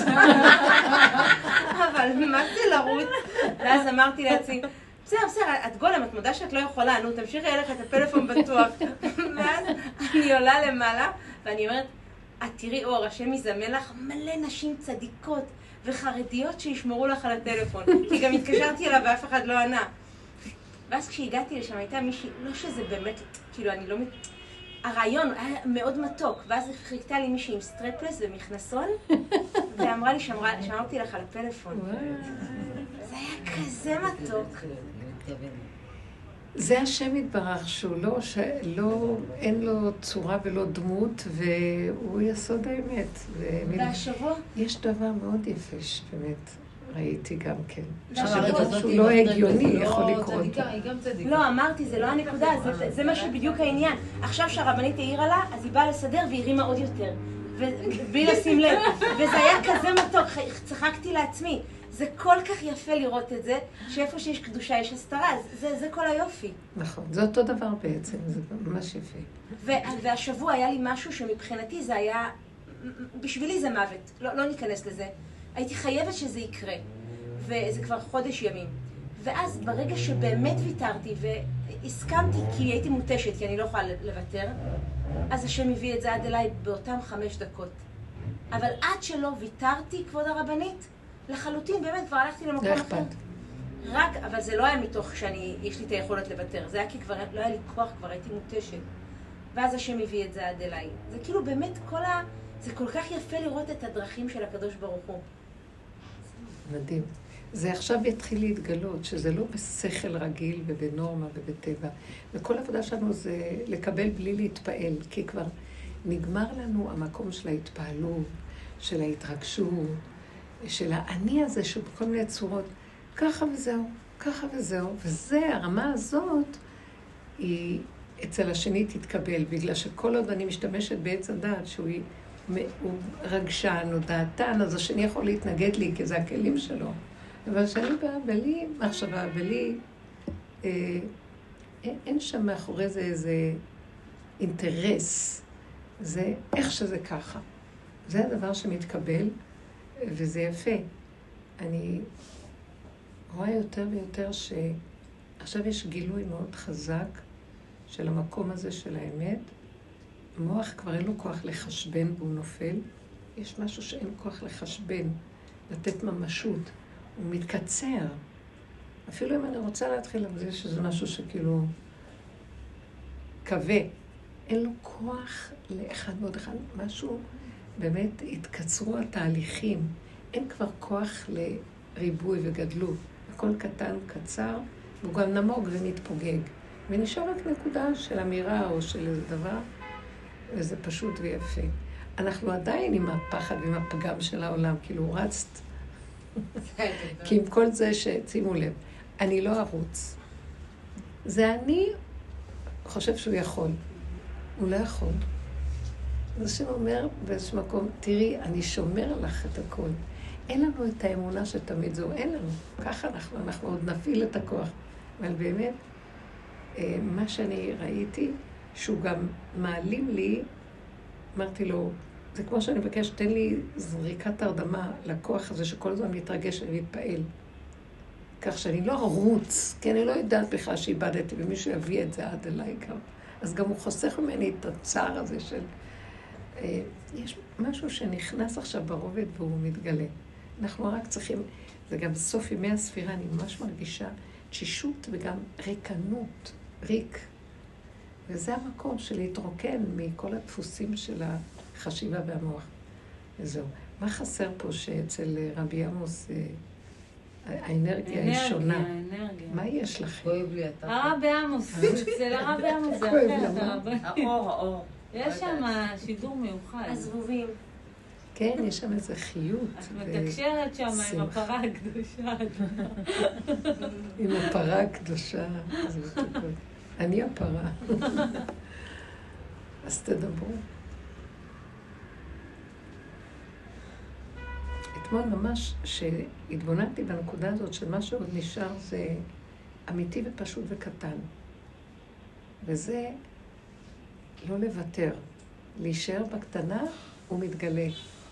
אבל מה זה לרוץ? ואז אמרתי לעצמי, בסדר, בסדר, את גולם, את מודה שאת לא יכולה, נו, תמשיכי אליך את הפלאפון בטוח. ואז אני עולה למעלה, ואני אומרת, את תראי אור, השם יזמן לך מלא נשים צדיקות וחרדיות שישמרו לך על הטלפון. כי גם התקשרתי אליו ואף אחד לא ענה. ואז כשהגעתי לשם הייתה מישהי, לא שזה באמת, כאילו אני לא... הרעיון היה מאוד מתוק, ואז חיכתה לי מישהי עם סטרפלס ומכנסון, ואמרה לי, שמרתי לך על הפלאפון. זה היה כזה מתוק. זה השם יתברך שהוא לא, שלא, אין לו צורה ולא דמות, והוא יסוד האמת. והשבוע? יש דבר מאוד יפה שבאמת ראיתי גם כן. שדבר שהוא לא הגיוני יכול לקרות. לא, אמרתי, זה לא הנקודה, זה מה שבדיוק העניין. עכשיו שהרבנית העירה לה, אז היא באה לסדר והיא הרימה עוד יותר. בלי לשים לב. וזה היה כזה מתוק, צחקתי לעצמי. זה כל כך יפה לראות את זה, שאיפה שיש קדושה יש הסתרה, זה, זה כל היופי. נכון, זה אותו דבר בעצם, זה ממש יפה. והשבוע היה לי משהו שמבחינתי זה היה, בשבילי זה מוות, לא, לא ניכנס לזה. הייתי חייבת שזה יקרה, וזה כבר חודש ימים. ואז ברגע שבאמת ויתרתי והסכמתי, כי הייתי מוטשת, כי אני לא יכולה לוותר, אז השם הביא את זה עד אליי באותם חמש דקות. אבל עד שלא ויתרתי, כבוד הרבנית, לחלוטין, באמת, כבר הלכתי למקום אחר. רק, אבל זה לא היה מתוך שאני, יש לי את היכולת לוותר. זה היה כי כבר לא היה לי כוח, כבר הייתי מוטשת. ואז השם הביא את זה עד אליי. זה כאילו באמת כל ה... זה כל כך יפה לראות את הדרכים של הקדוש ברוך הוא. מדהים. זה עכשיו יתחיל להתגלות, שזה לא בשכל רגיל ובנורמה ובטבע. וכל העבודה שלנו זה לקבל בלי להתפעל, כי כבר נגמר לנו המקום של ההתפעלות, של ההתרגשות, של האני הזה שבכל מיני צורות, ככה וזהו, ככה וזהו. וזה, הרמה הזאת, היא אצל השני תתקבל, בגלל שכל עוד אני משתמשת בעץ הדעת, שהוא הוא רגשן או דעתן, אז השני יכול להתנגד לי, כי זה הכלים שלו. אבל שאני באה בלי מחשבה, בלי... אה, אין שם מאחורי זה איזה אינטרס. זה איך שזה ככה. זה הדבר שמתקבל, וזה יפה. אני רואה יותר ויותר שעכשיו יש גילוי מאוד חזק של המקום הזה של האמת. המוח כבר אין לו כוח לחשבן והוא נופל. יש משהו שאין כוח לחשבן, לתת ממשות. הוא מתקצר. אפילו אם אני רוצה להתחיל עם זה שזה משהו שכאילו קווה. אין לו כוח לאחד ועוד אחד. משהו, באמת התקצרו התהליכים. אין כבר כוח לריבוי וגדלות. הכל קטן, קצר, והוא גם נמוג ומתפוגג. ונשאר רק נקודה של אמירה או של איזה דבר, וזה פשוט ויפה. אנחנו עדיין עם הפחד ועם הפגם של העולם, כאילו רצת. כי עם כל זה ששימו לב, אני לא ארוץ. זה אני חושב שהוא יכול. הוא לא יכול. אז השם אומר באיזשהו מקום, תראי, אני שומר לך את הכל. אין לנו את האמונה שתמיד זו, אין לנו. ככה אנחנו, אנחנו עוד נפעיל את הכוח. אבל באמת, מה שאני ראיתי, שהוא גם מעלים לי, אמרתי לו, זה כמו שאני מבקש, תן לי זריקת הרדמה לכוח הזה שכל הזמן מתרגש ומתפעל. כך שאני לא ארוץ, כי אני לא יודעת בכלל שאיבדתי, ומישהו יביא את זה עד אליי גם. אז גם הוא חוסך ממני את הצער הזה של... יש משהו שנכנס עכשיו ברובד והוא מתגלה. אנחנו רק צריכים, זה גם בסוף ימי הספירה, אני ממש מרגישה תשישות וגם ריקנות, ריק. וזה המקום של להתרוקן מכל הדפוסים של החשיבה והמוח. וזהו. מה חסר פה שאצל רבי עמוס האנרגיה היא שונה? האנרגיה. מה יש לכם? כואב לי אתה. הרבי עמוס, אצל הרבי עמוס זה כואב אחרת. למה? הרבי- האור, האור. יש שם שידור מיוחד. הזבובים. כן, יש שם איזה חיות. את ו- מתקשרת שם עם שמחה. הפרה הקדושה. עם הפרה הקדושה. זה מתוקות. אני הפרה. אז תדברו. אתמול ממש שהתבוננתי בנקודה הזאת של מה שעוד נשאר זה אמיתי ופשוט וקטן. וזה לא לוותר. להישאר בקטנה הוא מתגלה.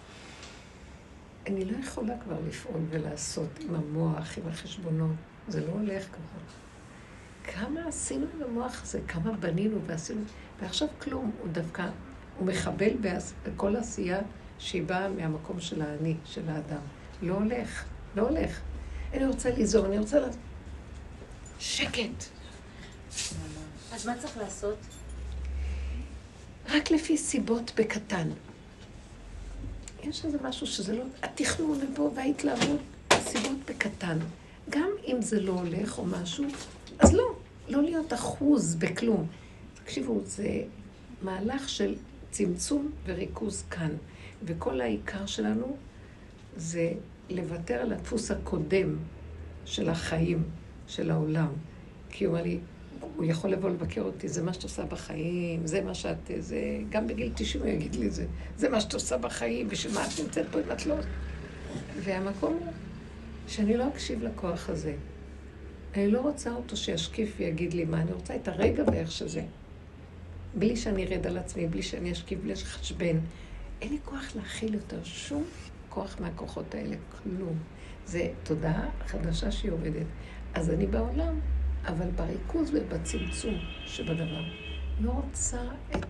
אני לא יכולה כבר לפעול ולעשות עם המוח, עם החשבונות. זה לא הולך כבר. כמה עשינו עם המוח הזה, כמה בנינו ועשינו, ועכשיו כלום. הוא דווקא, הוא מחבל בכל עשייה שהיא באה מהמקום של האני, של האדם. לא הולך, לא הולך. אני רוצה ליזום, אני רוצה לעשות. שקט. אז מה צריך לעשות? רק לפי סיבות בקטן. יש איזה משהו שזה לא... התכנון ופה וההתלהבות, סיבות בקטן. גם אם זה לא הולך או משהו, אז לא. לא להיות אחוז בכלום. תקשיבו, זה מהלך של צמצום וריכוז כאן. וכל העיקר שלנו זה לוותר על הדפוס הקודם של החיים, של העולם. כי הוא אמר לי, הוא יכול לבוא לבקר אותי, זה מה שאת עושה בחיים, זה מה שאת, זה... גם בגיל תשעים הוא יגיד לי זה, זה מה שאת עושה בחיים, ושמה את נמצאת פה אם את לא... והמקום הוא שאני לא אקשיב לכוח הזה. אני לא רוצה אותו שישקיף ויגיד לי מה, אני רוצה את הרגע ואיך שזה. בלי שאני ארד על עצמי, בלי שאני אשקיף, בלי שחשבן. אין לי כוח להכיל יותר שום כוח מהכוחות האלה, כלום. זה תודעה חדשה שהיא עובדת. אז אני בעולם, אבל בריכוז ובצמצום שבדבר. לא רוצה את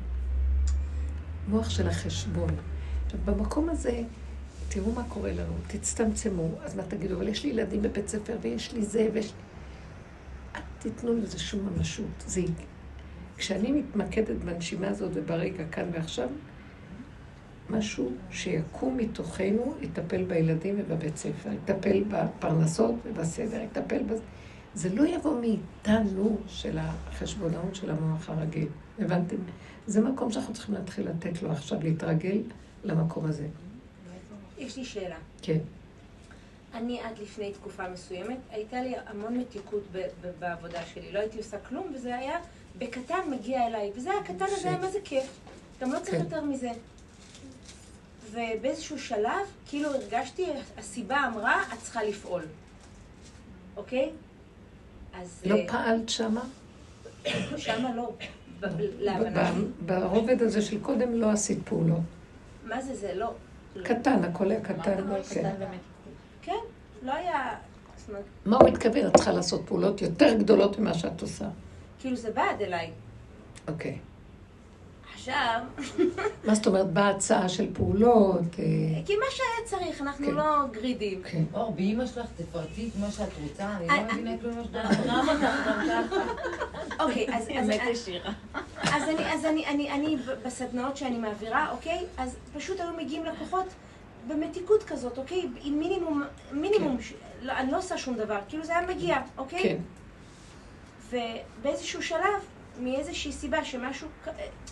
המוח של החשבון. עכשיו, במקום הזה, תראו מה קורה לנו, תצטמצמו, אז מה תגידו, אבל יש לי ילדים בבית ספר ויש לי זה ויש... אל תיתנו לזה שום ממשות. זה... כשאני מתמקדת בנשימה הזאת וברגע כאן ועכשיו, משהו שיקום מתוכנו, יטפל בילדים ובבית ספר, יטפל בפרנסות ובסדר, יטפל בזה. זה לא יבוא מאיתנו של החשבונאות של המוח הרגיל. הבנתם? זה מקום שאנחנו צריכים להתחיל לתת לו עכשיו, להתרגל למקום הזה. יש לי שאלה. כן. אני עד לפני תקופה מסוימת, הייתה לי המון מתיקות ב- ב- בעבודה שלי. לא הייתי עושה כלום, וזה היה בקטן מגיע אליי. וזה הקטן הזה היה מה זה כיף. גם לא צריך כן. יותר מזה. ובאיזשהו שלב, כאילו הרגשתי, הסיבה אמרה, את צריכה לפעול. אוקיי? אז... לא אה, פעלת שמה? שמה לא. ב- ב- להבנה. ב- ברובד הזה של קודם לא עשית פעולות. מה זה זה? לא. קטן, הכל היה קטן. כן. כן, לא היה... זאת אומרת, מה הוא מתכוון? את צריכה לעשות פעולות יותר גדולות ממה שאת עושה. כאילו זה בעד אליי. אוקיי. עכשיו, מה זאת אומרת? באה הצעה של פעולות? אה, כי מה שהיה צריך, אנחנו כן. לא גרידים. כן. אור, באמא שלך תפרטי את מה שאת רוצה, אני אה, לא מבינה כלום מה שאת גם אותך, גם ככה. אוקיי, אז... אז- אמת ישירה. אז אני, אז אני, אני, אני בסדנאות שאני מעבירה, אוקיי? אז פשוט היו מגיעים לקוחות במתיקות כזאת, אוקיי? עם מינימום, מינימום, ש... לא, אני לא עושה שום דבר, כאילו זה היה מגיע, אוקיי? כן. ובאיזשהו שלב, מאיזושהי סיבה שמשהו... כ-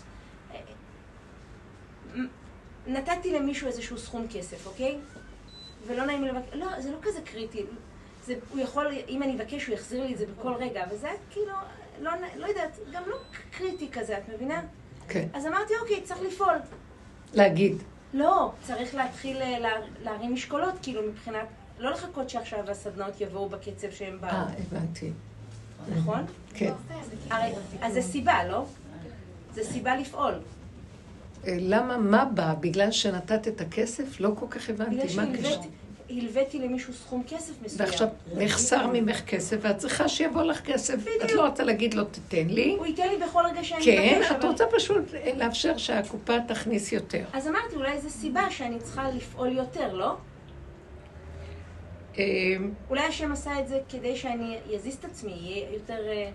נתתי למישהו איזשהו סכום כסף, אוקיי? ולא נעים לי לבקש... לא, זה לא כזה קריטי. זה, הוא יכול, אם אני אבקש, הוא יחזיר לי את זה בכל רגע, וזה כאילו, לא, לא יודעת, גם לא קריטי כזה, את מבינה? כן. אז אמרתי, אוקיי, צריך לפעול. להגיד. לא, צריך להתחיל אה, לה, להרים משקולות, כאילו, מבחינת... לא לחכות שעכשיו הסדנאות יבואו בקצב שהם באו, אה, הבנתי. נכון? כן. הרי, אז זה סיבה, לא? זה סיבה לפעול. אה, למה, מה בא? בגלל שנתת את הכסף? לא כל כך בגלל הבנתי. מה הקשר? שהלוויתי למישהו סכום כסף מסוים. ועכשיו נחסר ממך כסף, ואת צריכה שיבוא לך כסף. את לא רוצה להגיד לו, תתן לי. הוא ייתן לי בכל רגע שאני כן, מבקש, את אבל... רוצה פשוט לאפשר שהקופה תכניס יותר. אז אמרתי, אולי זו סיבה שאני צריכה לפעול יותר, לא? אה, אולי השם עשה את זה כדי שאני אזיז את עצמי, יהיה יותר... אה,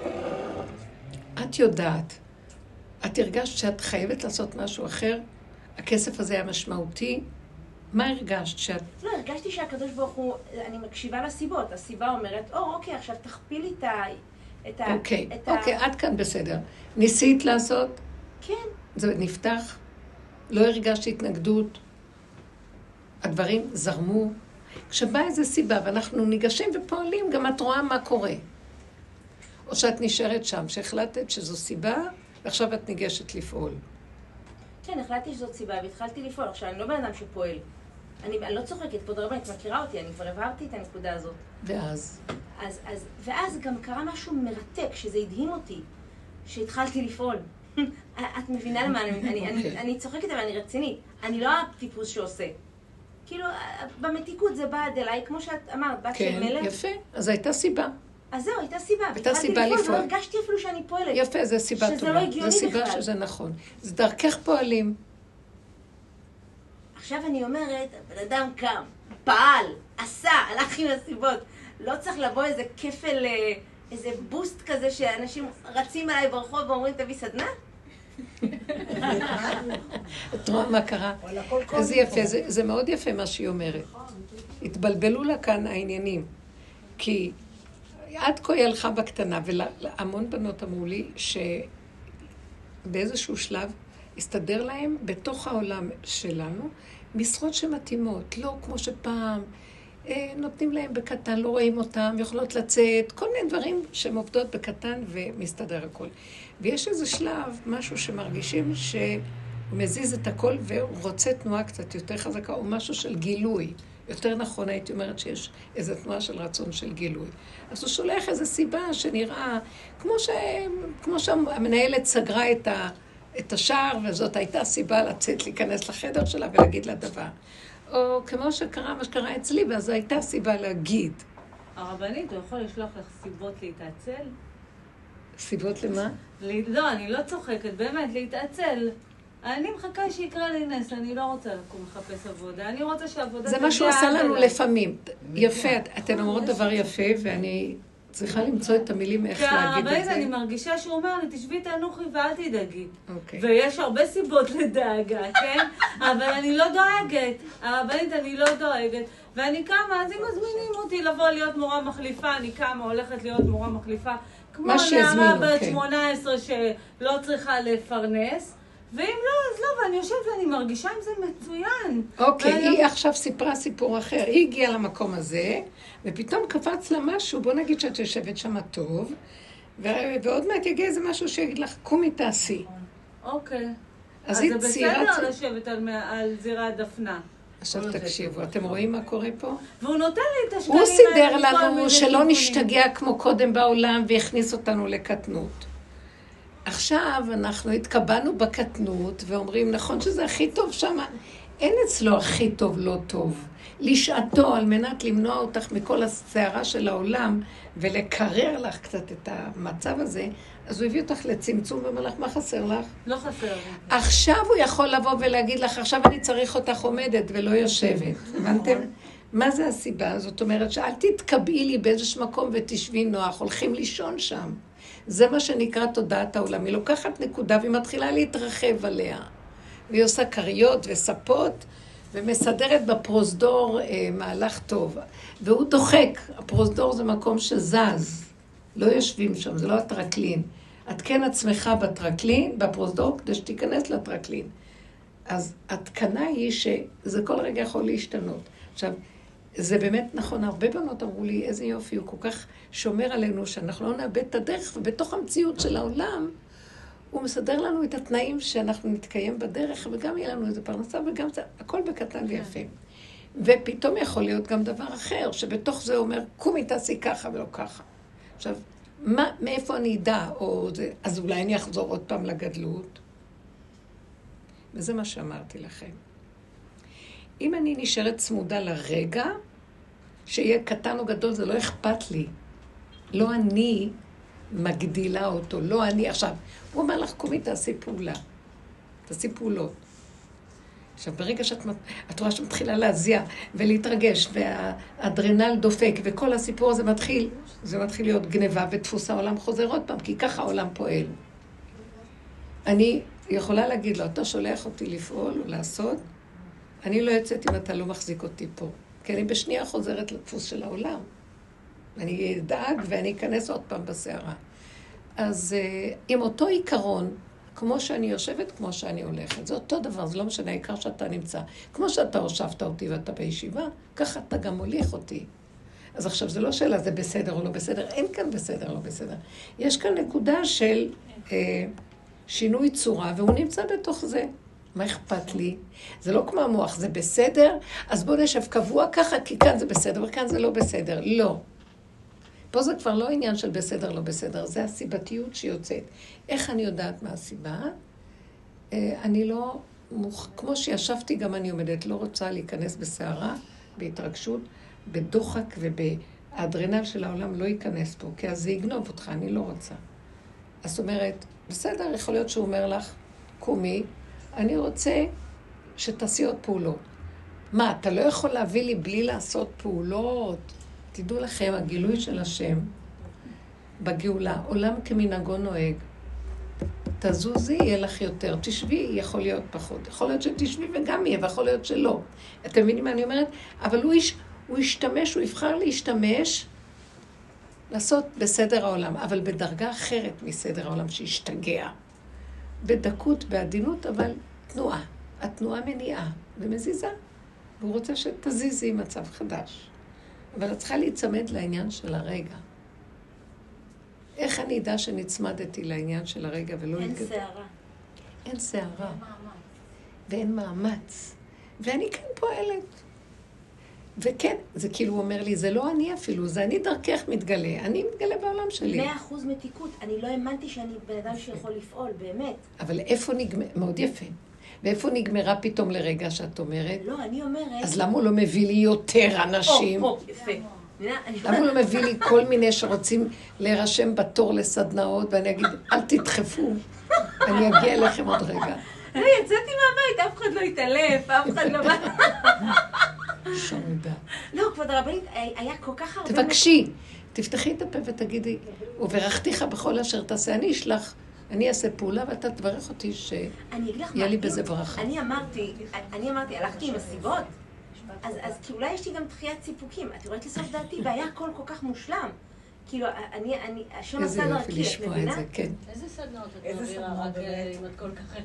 את יודעת, את הרגשת שאת חייבת לעשות משהו אחר, הכסף הזה היה משמעותי. מה הרגשת שאת... לא, הרגשתי שהקדוש ברוך הוא, אני מקשיבה לסיבות. הסיבה אומרת, או, אוקיי, עכשיו תכפילי את ה... את ה... אוקיי, את אוקיי, ה... עד כאן בסדר. ניסית לעשות? כן. זה נפתח? לא הרגשת התנגדות? הדברים זרמו? כשבא איזו סיבה ואנחנו ניגשים ופועלים, גם את רואה מה קורה. או שאת נשארת שם, שהחלטת שזו סיבה, ועכשיו את ניגשת לפעול. כן, החלטתי שזאת סיבה, והתחלתי לפעול. עכשיו, אני לא בן אדם שפועל. אני, אני לא צוחקת, פה דרבנית מכירה אותי, אני כבר הבהרתי את הנקודה הזאת. ואז? אז, אז, ואז גם קרה משהו מרתק, שזה הדהים אותי, שהתחלתי לפעול. את מבינה למה אני, אני, אני, אני צוחקת, אבל אני רצינית. אני לא הטיפוס שעושה. כאילו, במתיקות זה בא עד אליי, כמו שאת אמרת, בת של מלך. כן, יפה. אז הייתה סיבה. אז זהו, הייתה סיבה. הייתה סיבה לפעול. לא הרגשתי אפילו שאני פועלת. יפה, זו סיבה טובה. שזה לא הגיוני בכלל. זו סיבה שזה נכון. זה דרכך פועלים. עכשיו אני אומרת, בן אדם קם, פעל, עשה, הלך עם הסיבות. לא צריך לבוא איזה כפל, איזה בוסט כזה שאנשים רצים עליי ברחוב ואומרים, תביא סדנה? את רואה מה קרה? איזה יפה, זה מאוד יפה מה שהיא אומרת. התבלבלו לה כאן העניינים. כי עד כה היא הלכה בקטנה, והמון בנות אמרו לי שבאיזשהו שלב הסתדר להם בתוך העולם שלנו משרות שמתאימות, לא כמו שפעם נותנים להם בקטן, לא רואים אותם, יכולות לצאת, כל מיני דברים שהן עובדות בקטן ומסתדר הכל. ויש איזה שלב, משהו שמרגישים שהוא מזיז את הכל והוא רוצה תנועה קצת יותר חזקה, או משהו של גילוי. יותר נכון, הייתי אומרת שיש איזו תנועה של רצון של גילוי. אז הוא שולח איזו סיבה שנראה, כמו, ש... כמו שהמנהלת סגרה את, ה... את השער, וזאת הייתה סיבה לצאת, להיכנס לחדר שלה ולהגיד לה דבר. או כמו שקרה, מה שקרה אצלי, ואז הייתה סיבה להגיד. הרבנית, הוא יכול לשלוח לך סיבות להתעצל? סיבות למה? לא, אני לא צוחקת, באמת, להתעצל. אני מחכה שיקרה לי נס, אני לא רוצה לקום לחפש עבודה, אני רוצה שעבודה... זה מה שהוא עשה לנו לפעמים. יפה, אתן אומרות דבר יפה, ואני צריכה למצוא את המילים איך להגיד את זה. אני מרגישה שהוא אומר לי, תשבי תנוחי ואל תדאגי. ויש הרבה סיבות לדאגה, כן? אבל אני לא דואגת. הרבנית, אני לא דואגת. ואני קמה, אז אם מזמינים אותי לבוא להיות מורה מחליפה, אני קמה, הולכת להיות מורה מחליפה, כמו נערה בת שמונה עשרה שלא צריכה לפרנס. ואם לא, אז לא, ואני יושבת ואני מרגישה עם זה מצוין. אוקיי, היא עכשיו סיפרה סיפור אחר. היא הגיעה למקום הזה, ופתאום קפץ לה משהו, בוא נגיד שאת יושבת שם טוב, ועוד מעט יגיע איזה משהו שיגיד לך, קומי תעשי. אוקיי. אז זה בסדר לשבת על זירת דפנה. עכשיו תקשיבו, אתם רואים מה קורה פה? והוא נותן לי את השקלים הוא סידר לנו שלא נשתגע כמו קודם בעולם, והכניס אותנו לקטנות. עכשיו אנחנו התקבענו בקטנות ואומרים, נכון שזה הכי טוב שם, אין אצלו הכי טוב לא טוב. לשעתו על מנת למנוע אותך מכל הסערה של העולם ולקרר לך קצת את המצב הזה, אז הוא הביא אותך לצמצום ואומר לך, מה חסר לך? לא חסר לי. עכשיו הוא יכול לבוא ולהגיד לך, עכשיו אני צריך אותך עומדת ולא יושבת. הבנתם? מה זה הסיבה? זאת אומרת שאל תתקבעי לי באיזשהו מקום ותשבי נוח, הולכים לישון שם. זה מה שנקרא תודעת העולם. היא לוקחת נקודה והיא מתחילה להתרחב עליה. והיא עושה קריות וספות ומסדרת בפרוזדור אה, מהלך טוב. והוא דוחק. הפרוזדור זה מקום שזז. לא יושבים שם, זה לא הטרקלין. את כן עצמך בטרקלין, בפרוזדור, כדי שתיכנס לטרקלין. אז התקנה היא שזה כל רגע יכול להשתנות. עכשיו, זה באמת נכון, הרבה בנות אמרו לי, איזה יופי, הוא כל כך שומר עלינו, שאנחנו לא נאבד את הדרך, ובתוך המציאות של העולם, הוא מסדר לנו את התנאים שאנחנו נתקיים בדרך, וגם יהיה לנו איזה פרנסה, וגם זה, הכל בקטן ויפה. ופתאום יכול להיות גם דבר אחר, שבתוך זה אומר, קומי תעשי ככה ולא ככה. עכשיו, מה, מאיפה אני אדע, או זה, אז אולי אני אחזור עוד פעם לגדלות? וזה מה שאמרתי לכם. אם אני נשארת צמודה לרגע, שיהיה קטן או גדול, זה לא אכפת לי. לא אני מגדילה אותו, לא אני. עכשיו, הוא אומר לך, קומי, תעשי פעולה. תעשי פעולות. עכשיו, ברגע שאת את רואה שמתחילה להזיע ולהתרגש, והאדרנל דופק, וכל הסיפור הזה מתחיל, זה מתחיל להיות גניבה ודפוס העולם חוזר עוד פעם, כי ככה העולם פועל. אני היא יכולה להגיד לו, אתה שולח אותי לפעול או לעשות, אני לא יוצאת אם אתה לא מחזיק אותי פה. כי אני בשנייה חוזרת לדפוס של העולם. אני אדאג ואני אכנס עוד פעם בסערה. אז עם אותו עיקרון, כמו שאני יושבת, כמו שאני הולכת, זה אותו דבר, זה לא משנה, העיקר שאתה נמצא. כמו שאתה הושבת אותי ואתה בישיבה, ככה אתה גם מוליך אותי. אז עכשיו, זה לא שאלה, זה בסדר או לא בסדר, אין כאן בסדר או לא בסדר. יש כאן נקודה של אה, שינוי צורה, והוא נמצא בתוך זה. מה אכפת לי? זה לא כמו המוח, זה בסדר, אז בוא נשב קבוע ככה, כי כאן זה בסדר, וכאן זה לא בסדר. לא. פה זה כבר לא עניין של בסדר, לא בסדר, זה הסיבתיות שיוצאת. איך אני יודעת מה הסיבה? אני לא, כמו שישבתי, גם אני עומדת, לא רוצה להיכנס בסערה, בהתרגשות, בדוחק ובאדרנל של העולם לא ייכנס פה, כי אז זה יגנוב אותך, אני לא רוצה. אז אומרת, בסדר, יכול להיות שהוא אומר לך, קומי, אני רוצה שתעשי עוד פעולות. מה, אתה לא יכול להביא לי בלי לעשות פעולות? תדעו לכם, הגילוי של השם בגאולה, עולם כמנהגו נוהג. תזוזי, יהיה לך יותר. תשבי, יכול להיות פחות. יכול להיות שתשבי וגם יהיה, ויכול להיות שלא. אתם מבינים מה אני אומרת? אבל הוא, יש, הוא ישתמש, הוא יבחר להשתמש, לעשות בסדר העולם, אבל בדרגה אחרת מסדר העולם, שישתגע. בדקות, בעדינות, אבל תנועה. התנועה מניעה ומזיזה. והוא רוצה שתזיזי מצב חדש. אבל את צריכה להצמד לעניין של הרגע. איך אני אדע שנצמדתי לעניין של הרגע ולא... אין התגד... שערה. אין שערה. ואין מאמץ. ואני כן פועלת. וכן, זה כאילו הוא אומר לי, זה לא אני אפילו, זה אני דרכך מתגלה. אני מתגלה בעולם שלי. מאה אחוז מתיקות. אני לא האמנתי שאני בן אדם שיכול לפעול, באמת. אבל איפה נגמר... מאוד יפה. ואיפה נגמרה פתאום לרגע שאת אומרת? לא, אני אומרת... אז למה הוא לא מביא לי יותר אנשים? או, או, יפה. למה הוא לא מביא לי כל מיני שרוצים להירשם בתור לסדנאות, ואני אגיד, אל תדחפו, אני אגיע אליכם עוד רגע. אני יצאתי מהבית, אף אחד לא התעלף, אף אחד לא... שרודה. לא, כבוד הרבנית, היה כל כך הרבה... תבקשי, תפתחי את הפה ותגידי, וברכתיך בכל אשר תעשה, אני אשלח, אני אעשה פעולה, ואתה תברך אותי שיהיה לי בזה ברכה. אני אמרתי, אני אמרתי, הלכתי עם הסיבות, אז, אז כי אולי יש לי גם דחיית סיפוקים. את רואה לסוף דעתי, והיה הכל כל כך מושלם. כאילו, אני, אני, השם עשה דרכי, את מבינה? איזה יופי לשמוע את זה, כן. איזה סדנאות את מעבירה, רק אם את כל כך...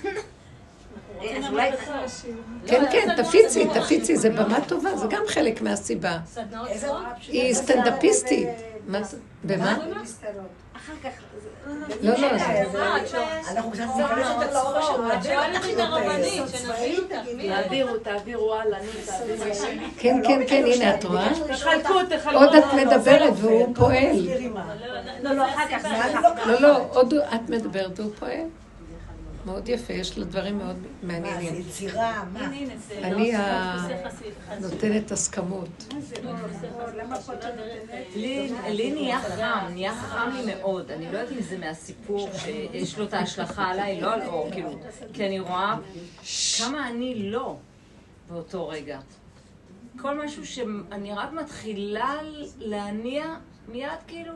אז אולי... כן, כן, תפיצי, תפיצי, זה במה טובה, זה גם חלק מהסיבה. היא סטנדאפיסטית. במה? אחר כך... לא, לא, אנחנו קצת נכנס יותר לאור של את שואלת את הרבנים, שנבין אותך. תעבירו, תעבירו הלאה, תעבירו. כן, כן, כן, הנה את רואה? תחלקו, תחלקו. עוד את מדברת והוא פועל. לא, לא, אחר כך. לא, לא, עוד את מדברת והוא פועל. מאוד יפה, יש לו דברים מאוד מעניינים. מה, זה יצירה, מה? אני נותנת הסכמות. לי נהיה חם, נהיה חם לי מאוד. אני לא יודעת אם זה מהסיפור שיש לו את ההשלכה עליי, לא על אור, כאילו. כי אני רואה כמה אני לא באותו רגע. כל משהו שאני רק מתחילה להניע, מיד כאילו,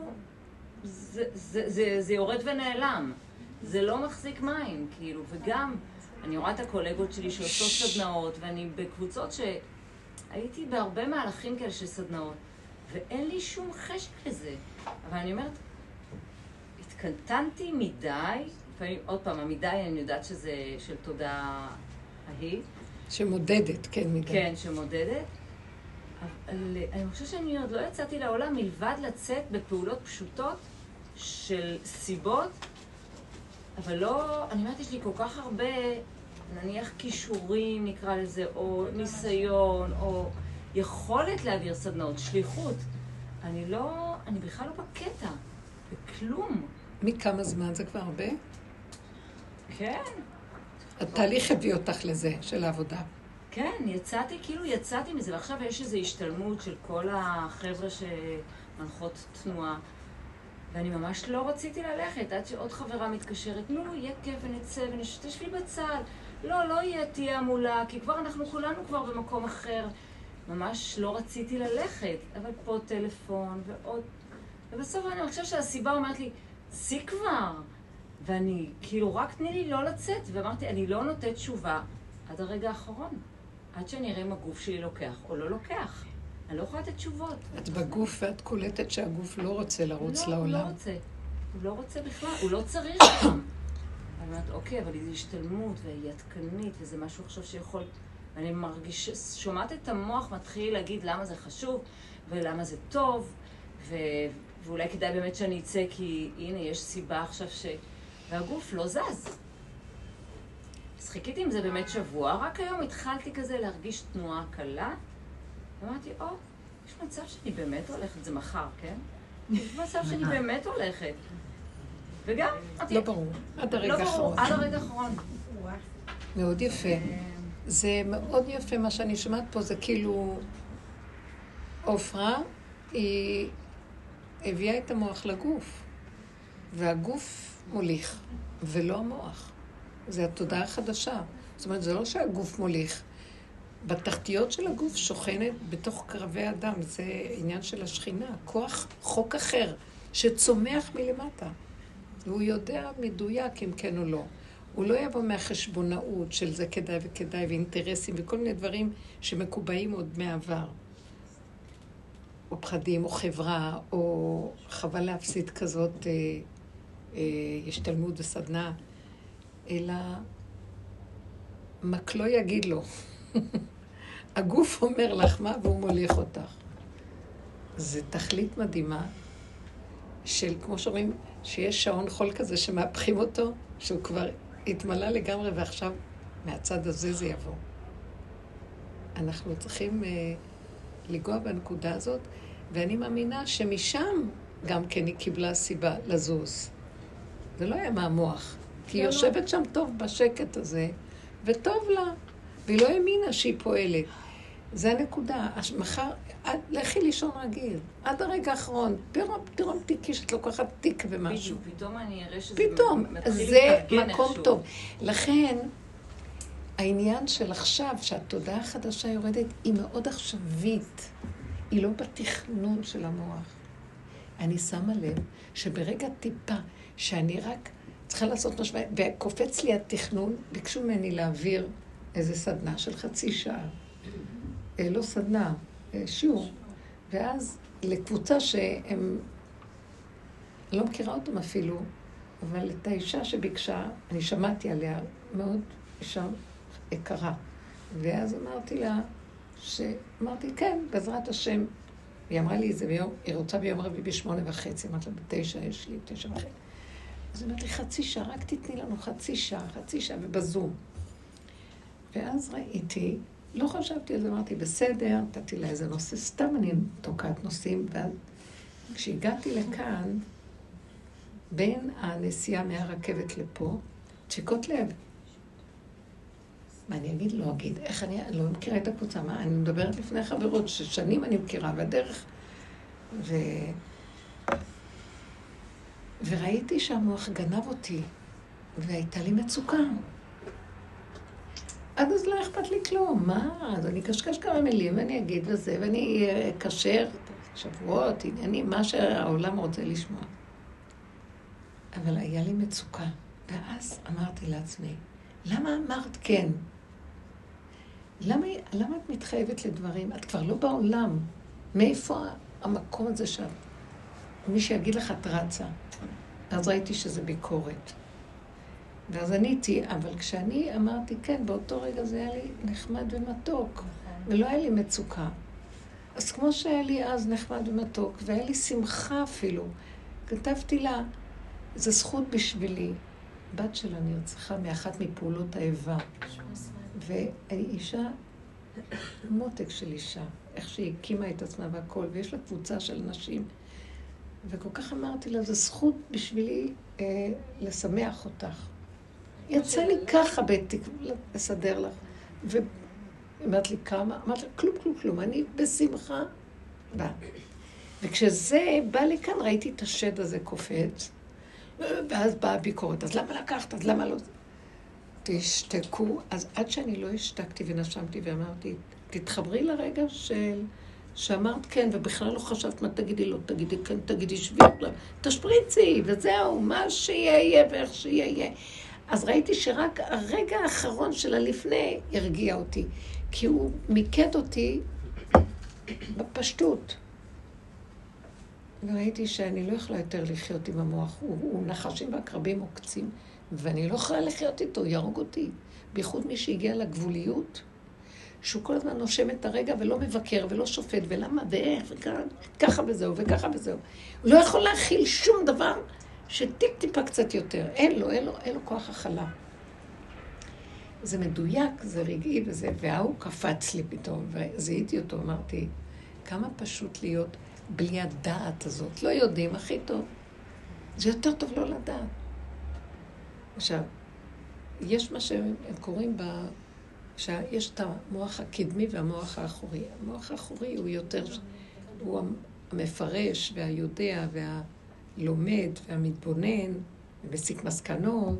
זה יורד ונעלם. זה לא מחזיק מים, כאילו, וגם אני רואה את הקולגות שלי שעושות סדנאות, ואני בקבוצות שהייתי בהרבה מהלכים כאלה של סדנאות, ואין לי שום חשק לזה. אבל אני אומרת, התקנטנתי מדי, לפעמים, עוד פעם, המדי אני יודעת שזה של תודה ההיא. שמודדת, כן, מדי. כן, שמודדת. אבל אני חושבת שאני עוד לא יצאתי לעולם מלבד לצאת בפעולות פשוטות של סיבות, אבל לא, אני אומרת, יש לי כל כך הרבה, נניח כישורים נקרא לזה, או ניסיון, או יכולת להעביר סדנאות, שליחות. אני לא, אני בכלל לא בקטע, בכלום. מכמה זמן זה כבר הרבה? כן. התהליך הביא אותך לזה, של העבודה. כן, יצאתי, כאילו יצאתי מזה, ועכשיו יש איזו השתלמות של כל החבר'ה שמנחות תנועה, ואני ממש לא רציתי ללכת, עד שעוד חברה מתקשרת, נו, יהיה כיף ונצא ונשתשבי בצד. לא, לא יהיה תהיה מולה, כי כבר אנחנו כולנו כבר במקום אחר. ממש לא רציתי ללכת, אבל פה טלפון ועוד. ובסוף אני חושבת שהסיבה אומרת לי, צי כבר, ואני, כאילו, רק תני לי לא לצאת, ואמרתי, אני לא נותנת תשובה עד הרגע האחרון. עד שאני אראה אם הגוף שלי לוקח או לא לוקח. אני לא יכולה לתת תשובות. את בגוף ואת קולטת שהגוף לא רוצה לרוץ לא, לעולם. הוא לא רוצה. הוא לא רוצה בכלל, הוא לא צריך גם. אני אומרת, אוקיי, אבל היא השתלמות, והיא עדכנית, וזה משהו עכשיו שיכול... אני מרגיש, שומעת את המוח מתחיל להגיד למה זה חשוב, ולמה זה טוב, ו... ואולי כדאי באמת שאני אצא, כי הנה, יש סיבה עכשיו ש... והגוף לא זז. אז חיכיתי עם זה באמת שבוע, רק היום התחלתי כזה להרגיש תנועה קלה, ואמרתי, או, יש מצב שאני באמת הולכת, זה מחר, כן? יש מצב שאני באמת הולכת. וגם, לא ברור, עד הרגע האחרון. לא ברור, עד הרגע האחרון. מאוד יפה. זה מאוד יפה מה שאני שומעת פה, זה כאילו... עופרה, היא הביאה את המוח לגוף, והגוף מוליך, ולא המוח. זה התודעה החדשה. זאת אומרת, זה לא שהגוף מוליך. בתחתיות של הגוף שוכנת בתוך קרבי אדם, זה עניין של השכינה, כוח חוק אחר, שצומח מלמטה. והוא יודע מדויק אם כן או לא. הוא לא יבוא מהחשבונאות של זה כדאי וכדאי ואינטרסים וכל מיני דברים שמקובעים עוד מעבר. או פחדים, או חברה, או חבל להפסיד כזאת, אה, אה, יש תלמוד וסדנה, אלא רק לא יגיד לו. הגוף אומר לך מה והוא מוליך אותך. זה תכלית מדהימה של, כמו שאומרים, שיש שעון חול כזה שמהפכים אותו, שהוא כבר התמלא לגמרי ועכשיו מהצד הזה זה יבוא. אנחנו צריכים אה, לגוע בנקודה הזאת, ואני מאמינה שמשם גם כן היא קיבלה סיבה לזוז. זה לא היה מהמוח, כי היא יושבת שם טוב בשקט הזה, וטוב לה, והיא לא האמינה שהיא פועלת. זה הנקודה. מחר, עד, לכי לישון רגיל, עד הרגע האחרון, פתאום, פתאום תיקי שאת לוקחת תיק ומשהו. פתאום אני אראה שזה פתאום, מתחיל זה להתארגן מקום איכשהו. טוב. לכן, העניין של עכשיו, שהתודעה החדשה יורדת, היא מאוד עכשווית. היא לא בתכנון של המוח. אני שמה לב שברגע טיפה, שאני רק צריכה לעשות משהו, וקופץ לי התכנון, ביקשו ממני להעביר איזה סדנה של חצי שעה. לא סדנה, שיעור. ואז לקבוצה שהם, לא מכירה אותם אפילו, אבל את האישה שביקשה, אני שמעתי עליה, מאוד אישה יקרה. ואז אמרתי לה, שאמרתי, כן, בעזרת השם, היא אמרה לי את זה ביום, היא רוצה ביום רביעי בשמונה וחצי, אמרתי לה, בתשע יש לי, תשע וחצי. אז אמרתי לי, חצי שעה, רק תתני לנו חצי שעה, חצי שעה, ובזום. ואז ראיתי, לא חשבתי על זה, אמרתי, בסדר, נתתי לה איזה נושא, סתם אני תוקעת נושאים, ואז כשהגעתי לכאן, בין הנסיעה מהרכבת לפה, דפיקות לב. מה אני אגיד? לא אגיד. איך אני, אני לא מכירה את הקבוצה, מה? אני מדברת לפני חברות ששנים אני מכירה, והדרך... ו... וראיתי שהמוח גנב אותי, והייתה לי מצוקה. עד אז לא אכפת לי כלום, מה? אז אני קשקש כמה מילים, ואני אגיד וזה, ואני אקשר שבועות, עניינים, מה שהעולם רוצה לשמוע. אבל היה לי מצוקה, ואז אמרתי לעצמי, למה אמרת כן? למה, למה את מתחייבת לדברים? את כבר לא בעולם. מאיפה המקום הזה שאת... מי שיגיד לך את רצה. אז ראיתי שזה ביקורת. ואז עניתי, אבל כשאני אמרתי כן, באותו רגע זה היה לי נחמד ומתוק, ולא היה לי מצוקה. אז כמו שהיה לי אז נחמד ומתוק, והיה לי שמחה אפילו, כתבתי לה, זו זכות בשבילי. בת שלה נרצחה מאחת מפעולות האיבה. והאישה, מותק של אישה, איך שהיא הקימה את עצמה והכל, ויש לה קבוצה של נשים. וכל כך אמרתי לה, זו זכות בשבילי אה, לשמח אותך. יצא לי ככה בתיק, לסדר לך. ואמרת לי כמה, אמרת לה, כלום, כלום, כלום, אני בשמחה בא. וכשזה בא לי כאן, ראיתי את השד הזה קופץ, ואז באה הביקורת, אז למה לקחת, אז למה לא? תשתקו, אז עד שאני לא השתקתי ונשמתי ואמרתי, תתחברי לרגע של, שאמרת כן, ובכלל לא חשבת מה תגידי, לא תגידי כן, תגידי שבי, תשפריצי, וזהו, מה שיהיה ואיך שיהיה. אז ראיתי שרק הרגע האחרון של הלפני הרגיע אותי, כי הוא מיקד אותי בפשטות. וראיתי שאני לא יכולה יותר לחיות עם המוח, הוא, הוא נחשים והקרבים עוקצים, ואני לא יכולה לחיות איתו, הוא ירוג אותי. בייחוד מי שהגיע לגבוליות, שהוא כל הזמן נושם את הרגע ולא מבקר ולא שופט, ולמה ואיך וככה וזהו וככה וזהו. הוא לא יכול להכיל שום דבר שטיפ טיפה קצת יותר. אין לו, אין לו, אין לו כוח הכלה. זה מדויק, זה רגעי וזה, והוא קפץ לי פתאום, וזיהיתי אותו, אמרתי, כמה פשוט להיות בלי הדעת הזאת. לא יודעים, הכי טוב. זה יותר טוב לא לדעת. עכשיו, יש מה שהם קוראים ב... שיש את המוח הקדמי והמוח האחורי. המוח האחורי הוא יותר, הוא המפרש והיודע והלומד והמתבונן ומסיק מסקנות.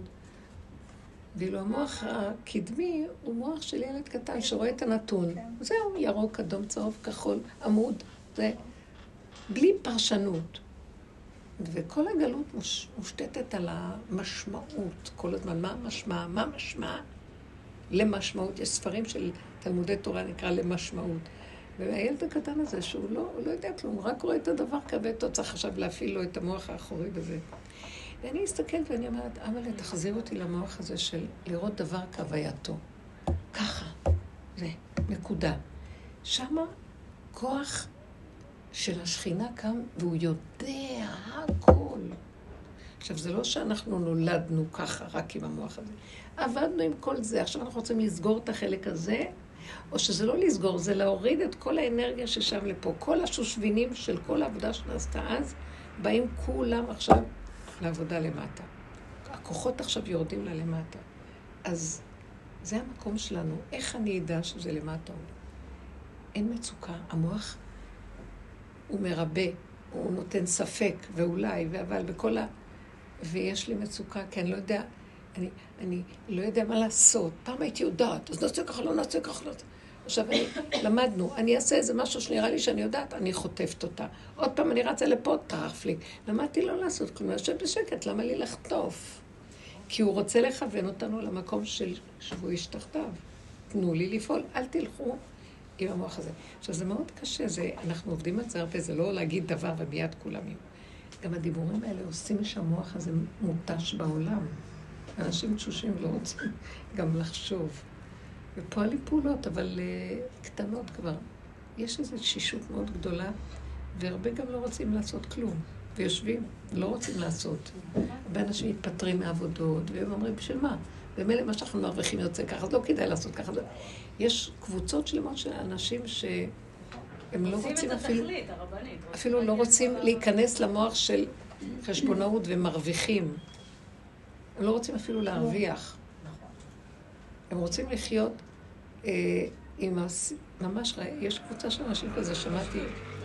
ואילו המוח הקדמי הוא מוח של ילד קטן שרואה את הנתון. זהו, ירוק, אדום, צהוב, כחול, עמוד. זה בלי פרשנות. וכל הגלות מושתתת על המשמעות. כל הזמן, מה המשמע? מה המשמע? למשמעות. יש ספרים של תלמודי תורה נקרא למשמעות. והילד הקטן הזה, שהוא לא, הוא לא יודע כלום, הוא רק רואה את הדבר כבד, הוא צריך עכשיו להפעיל לו את המוח האחורי בזה. ואני אסתכלת ואני אומרת, אבל תחזיר אותי למוח הזה של לראות דבר כהווייתו. ככה, זה, נקודה. שמה כוח של השכינה קם, והוא יודע הכל. עכשיו, זה לא שאנחנו נולדנו ככה, רק עם המוח הזה. עבדנו עם כל זה, עכשיו אנחנו רוצים לסגור את החלק הזה, או שזה לא לסגור, זה להוריד את כל האנרגיה ששם לפה. כל השושבינים של כל העבודה שנעשתה אז, באים כולם עכשיו לעבודה למטה. הכוחות עכשיו יורדים לה למטה. אז זה המקום שלנו. איך אני אדע שזה למטה? אין מצוקה. המוח הוא מרבה, הוא נותן ספק, ואולי, ואבל, בכל ה... ויש לי מצוקה, כי אני לא יודע, אני, אני לא יודע מה לעשות. פעם הייתי יודעת, אז נעשה ככה, לא נעשה ככה, לא... עכשיו, אני, למדנו, אני אעשה איזה משהו שנראה לי שאני יודעת, אני חוטפת אותה. עוד פעם אני רצה לפה, טרף לי. למדתי לא לעשות כלום, יושב בשקט, למה לי לחטוף? כי הוא רוצה לכוון אותנו למקום של שבו איש תחתיו. תנו לי לפעול, אל תלכו עם המוח הזה. עכשיו, זה מאוד קשה, זה, אנחנו עובדים על זה הרבה, זה לא להגיד דבר ומיד כולם יהיו. גם הדיבורים האלה עושים שהמוח הזה מוטש בעולם. אנשים תשושים לא רוצים גם לחשוב. ופועלים פעולות, אבל uh, קטנות כבר. יש איזו תשישות מאוד גדולה, והרבה גם לא רוצים לעשות כלום. ויושבים, לא רוצים לעשות. הרבה אנשים מתפטרים מעבודות, והם אומרים, בשביל מה? ומילא מה שאנחנו מרוויחים יוצא ככה, אז לא כדאי לעשות ככה. יש קבוצות שלמות של אנשים שהם לא רוצים אפילו... התכלית, הרבנית, אפילו לא רוצים להיכנס למוח של חשבונאות ומרוויחים. הם לא רוצים אפילו להרוויח. הם רוצים לחיות אה, עם הס... ממש רע. יש קבוצה של אנשים כזה, שמעתי.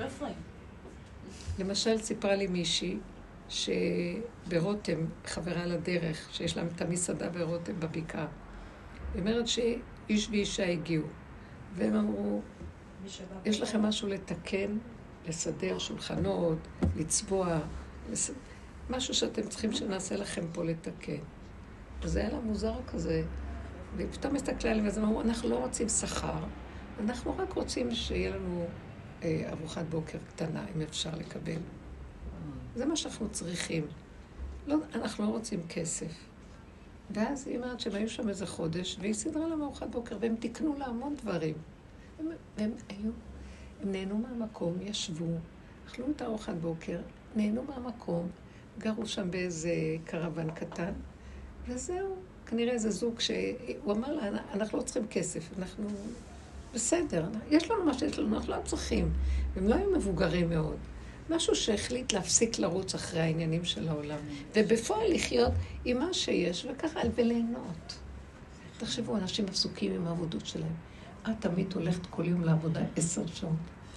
למשל, סיפרה לי מישהי שברותם, חברה לדרך, שיש להם את המסעדה ברותם בבקעה. היא אומרת שאיש ואישה הגיעו, והם אמרו, יש לכם משהו לתקן, לסדר שולחנות, לצבוע, לס... משהו שאתם צריכים שנעשה לכם פה לתקן. וזה היה לה מוזר כזה. ופתאום מסתכלה עליהם, אז אמרו, אנחנו לא רוצים שכר, אנחנו רק רוצים שיהיה לנו אה, ארוחת בוקר קטנה, אם אפשר לקבל. זה מה שאנחנו צריכים. לא, אנחנו לא רוצים כסף. ואז היא אמרת שהם היו שם איזה חודש, והיא סדרה להם ארוחת בוקר, והם תקנו לה המון דברים. הם, והם היו, הם נהנו מהמקום, ישבו, אכלו את ארוחת בוקר, נהנו מהמקום, גרו שם באיזה קרוון קטן, וזהו. כנראה איזה זוג שהוא אמר לה, אנחנו לא צריכים כסף, אנחנו בסדר, יש לנו מה שיש לנו, אנחנו לא צריכים. והם לא היו מבוגרים מאוד. משהו שהחליט להפסיק לרוץ אחרי העניינים של העולם. ובפועל לחיות עם מה שיש, וככה וליהנות. תחשבו, אנשים עסוקים עם העבודות שלהם. את תמיד הולכת כל יום לעבודה עשר שעות.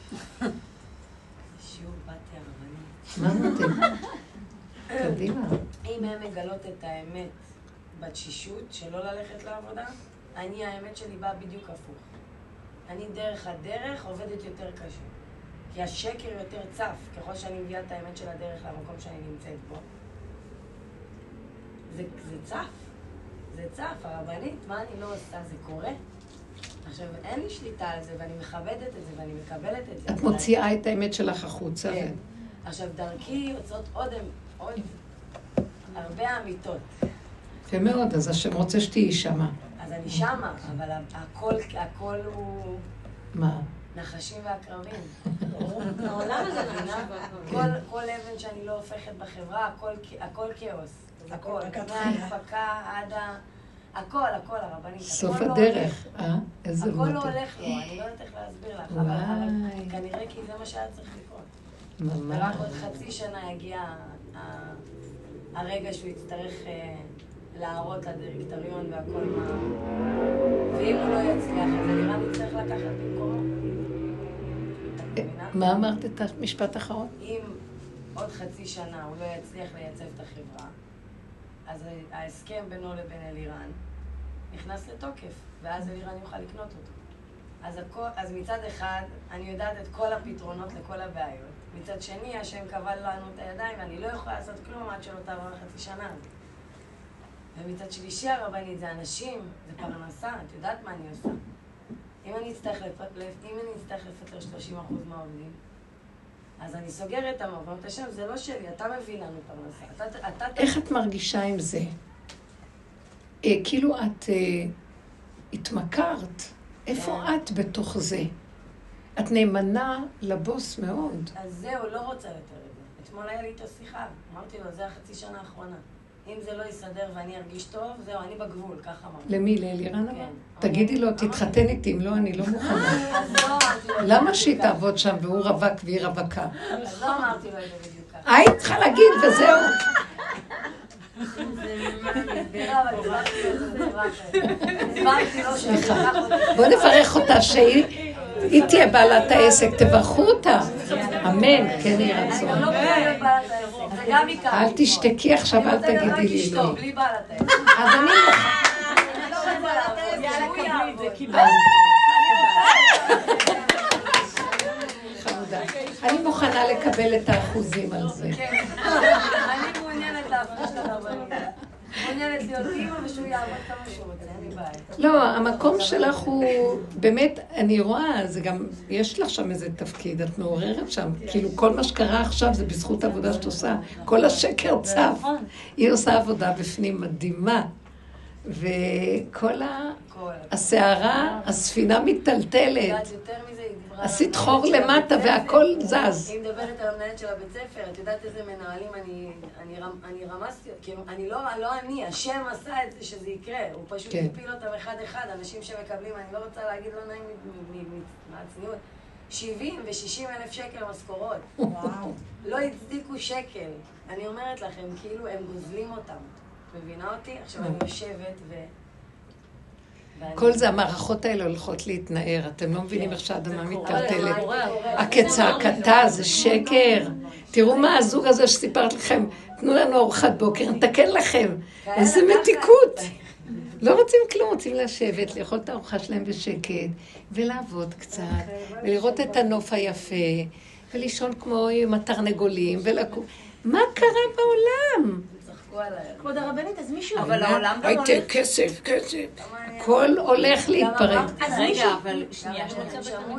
שיעור באתי הרבנית. מה אמרתם? קדימה. אם הן מגלות את האמת בתשישות, שלא ללכת לעבודה, אני, האמת שלי באה בדיוק הפוך. אני דרך הדרך עובדת יותר קשה. כי השקר יותר צף, ככל שאני מביאה את האמת של הדרך למקום שאני נמצאת בו. זה, זה צף, זה צף, הרבנית, מה אני לא עושה? זה קורה. עכשיו, אין לי שליטה על זה, ואני מכבדת את זה, ואני מקבלת את זה. את מוציאה את האמת שלך החוצה. כן. עכשיו, דרכי יוצאות עוד, עוד הרבה אמיתות. יפה מאוד, אז השם רוצה שתהיי שמה. אז אני שמה, אבל הכל, הכל הוא... מה? נחשים ועקרבים. העולם הזה נחשים ועקרבים. כל אבן שאני לא הופכת בחברה, הכל כאוס. הכל. מההנפקה עד ה... הכל, הכל, הרבנית. סוף הדרך, אה? איזה הכל מותק. לא הולך לו, אני לא יודעת איך להסביר לך, אבל כנראה כי זה מה שהיה צריך לקרות. ממש. ורק עוד חצי שנה יגיע הרגע שהוא יצטרך להראות לדירקטוריון והכל מה... ואם הוא לא יצליח, אז אני רק יצטרך לקחת במקומו. מה אמרת את המשפט האחרון? אם עוד חצי שנה הוא לא יצליח לייצב את החברה, אז ההסכם בינו לבין אלירן נכנס לתוקף, ואז אלירן יוכל לקנות אותו. אז, הכל, אז מצד אחד, אני יודעת את כל הפתרונות לכל הבעיות. מצד שני, השם קבל לנו את הידיים, ואני לא יכולה לעשות כלום עד שלא תעבור חצי שנה. ומצד שלישי הרבנית, זה אנשים, זה פרנסה, את יודעת מה אני עושה. אם אני אצטרך לפטר שלושים אחוז מהעובדים, אז אני סוגרת את המעברות השם, זה לא שלי, אתה מביא לנו פרנסה. אתה, אתה, איך את מרגישה עם זה? אה, כאילו את אה, התמכרת. איפה את בתוך זה? את נאמנה לבוס מאוד. אז זהו, לא רוצה יותר את זה. אתמול היה לי איתו שיחה, אמרתי לו, זה החצי שנה האחרונה. אם זה לא יסדר ואני ארגיש טוב, זהו, אני בגבול, ככה אמרתי. למי? לאלירן? כן. תגידי לו, תתחתן איתי, אם לא, אני לא מוכנה. למה שהיא תעבוד שם והוא רווק והיא רווקה? אז לא אמרתי לו את זה בדיוק ככה. היית צריכה להגיד, וזהו. סליחה, בוא נברך אותה שהיא תהיה בעלת העסק, תברכו אותה. אמן, כן יהיה רצון. אל תשתקי עכשיו, אל תגידי לי לא. אז אני חמודה. אני מוכנה לקבל את האחוזים על זה. אני מעוניינת להפריש את הרבנית. מעוניינת להיות אימא ושהוא יעבוד כמה שהוא רוצה, אין לי בעיה. לא, המקום שלך הוא, באמת, אני רואה, זה גם, יש לך שם איזה תפקיד, את מעוררת שם, כאילו כל מה שקרה עכשיו זה בזכות העבודה שאת עושה, כל השקר צף. היא עושה עבודה בפנים מדהימה, וכל הסערה, הספינה מטלטלת. עשית חור למטה והכל זז. היא מדברת על המנהלת של הבית ספר, את יודעת איזה מנהלים אני רמזתי, אני לא אני, השם עשה את זה שזה יקרה, הוא פשוט הפיל אותם אחד אחד, אנשים שמקבלים, אני לא רוצה להגיד לא נעים מהצניעות, שבעים ושישים אלף שקל משכורות, לא הצדיקו שקל, אני אומרת לכם, כאילו הם גוזלים אותם, מבינה אותי? עכשיו אני יושבת ו... כל זה, המערכות האלה הולכות להתנער, אתם לא מבינים איך שהאדמה מתטלטלת. הכצעקתה זה שקר. תראו מה הזוג הזה שסיפרת לכם, תנו לנו ארוחת בוקר, נתקן לכם. איזה מתיקות. לא רוצים כלום, רוצים לשבת, לאכול את הארוחה שלהם בשקט, ולעבוד קצת, ולראות את הנוף היפה, ולישון כמו עם התרנגולים, ולקום. מה קרה בעולם? כבוד הרבנית, אז מישהו... אבל העולם גם הולך... הייתי כסף, כסף. הכל הולך להתפרק. אז רגע, אבל שנייה, שנייה.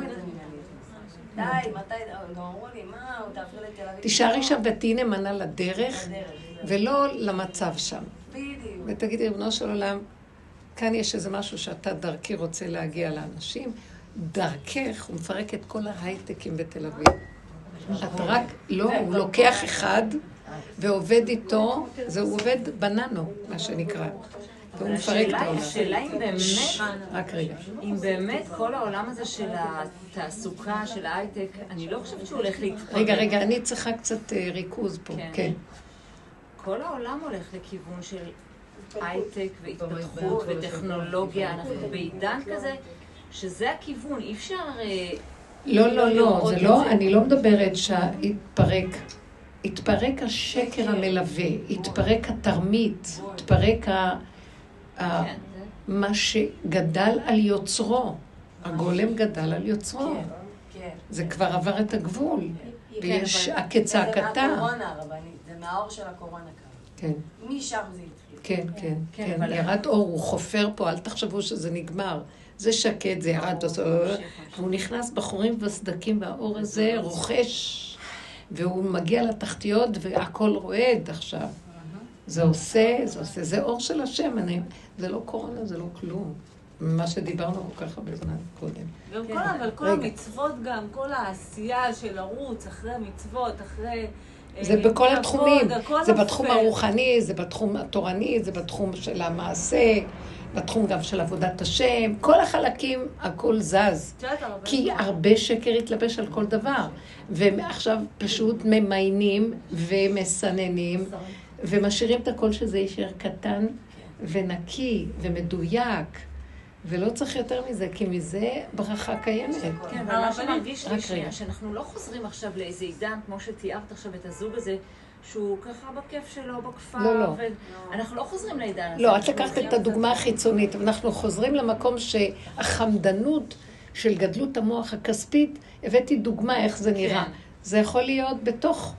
די, מתי... אמרו לי, מה, הוא תעביר לתל אביב? תישארי שם ותהי נאמנה לדרך, ולא למצב שם. בדיוק. ותגידי, ריבונו של עולם, כאן יש איזה משהו שאתה דרכי רוצה להגיע לאנשים, דרכך הוא מפרק את כל ההייטקים בתל אביב. את רק, לא, הוא לוקח אחד ועובד איתו, זה הוא עובד בננו, מה שנקרא. והוא מפרק את העולם. השאלה אם באמת, רק רגע. אם באמת כל העולם הזה של התעסוקה, של ההייטק, אני לא חושבת שהוא הולך להתפרק. רגע, רגע, אני צריכה קצת ריכוז פה, כן. כל העולם הולך לכיוון של הייטק והתפתחות וטכנולוגיה, אנחנו בעידן כזה, שזה הכיוון, אי אפשר... לא, לא, לא, זה לא, אני לא מדברת שהתפרק. התפרק השקר המלווה, התפרק התרמית, התפרק מה שגדל על יוצרו. הגולם גדל על יוצרו. זה כבר עבר את הגבול, ויש כצעקתה. זה מהקורונה הרבנית, זה מהאור של הקורונה כבר. כן. משם זה התחיל. כן, כן, כן. ירד אור, הוא חופר פה, אל תחשבו שזה נגמר. זה שקט, זה ירד, והוא נכנס בחורים וסדקים, והאור הזה רוכש, והוא מגיע לתחתיות, והכל רועד עכשיו. זה עושה, זה עושה, זה אור של השם, זה לא קורונה, זה לא כלום. מה שדיברנו כל כך הרבה זמן קודם. אבל כל המצוות גם, כל העשייה של לרוץ אחרי המצוות, אחרי... זה בכל התחומים, זה בתחום הרוחני, זה בתחום התורני, זה בתחום של המעשה, בתחום גם של עבודת השם, כל החלקים, הכל זז. כי הרבה שקר התלבש על כל דבר. ועכשיו פשוט ממיינים ומסננים, ומשאירים את הכל שזה יישאר קטן ונקי ומדויק. ולא צריך יותר מזה, כי מזה ברכה קיימת. כן, אבל מה שמרגיש לי שנייה, שאנחנו לא חוזרים עכשיו לאיזה עידן, כמו שתיארת עכשיו את הזוג הזה, שהוא ככה בכיף שלו, בכפר, לא, לא. ואנחנו לא חוזרים לעידן הזה. לא, את לקחת את הדוגמה החיצונית, ואנחנו חוזרים למקום שהחמדנות של גדלות המוח הכספית, הבאתי דוגמה איך זה נראה. זה יכול להיות בתוך,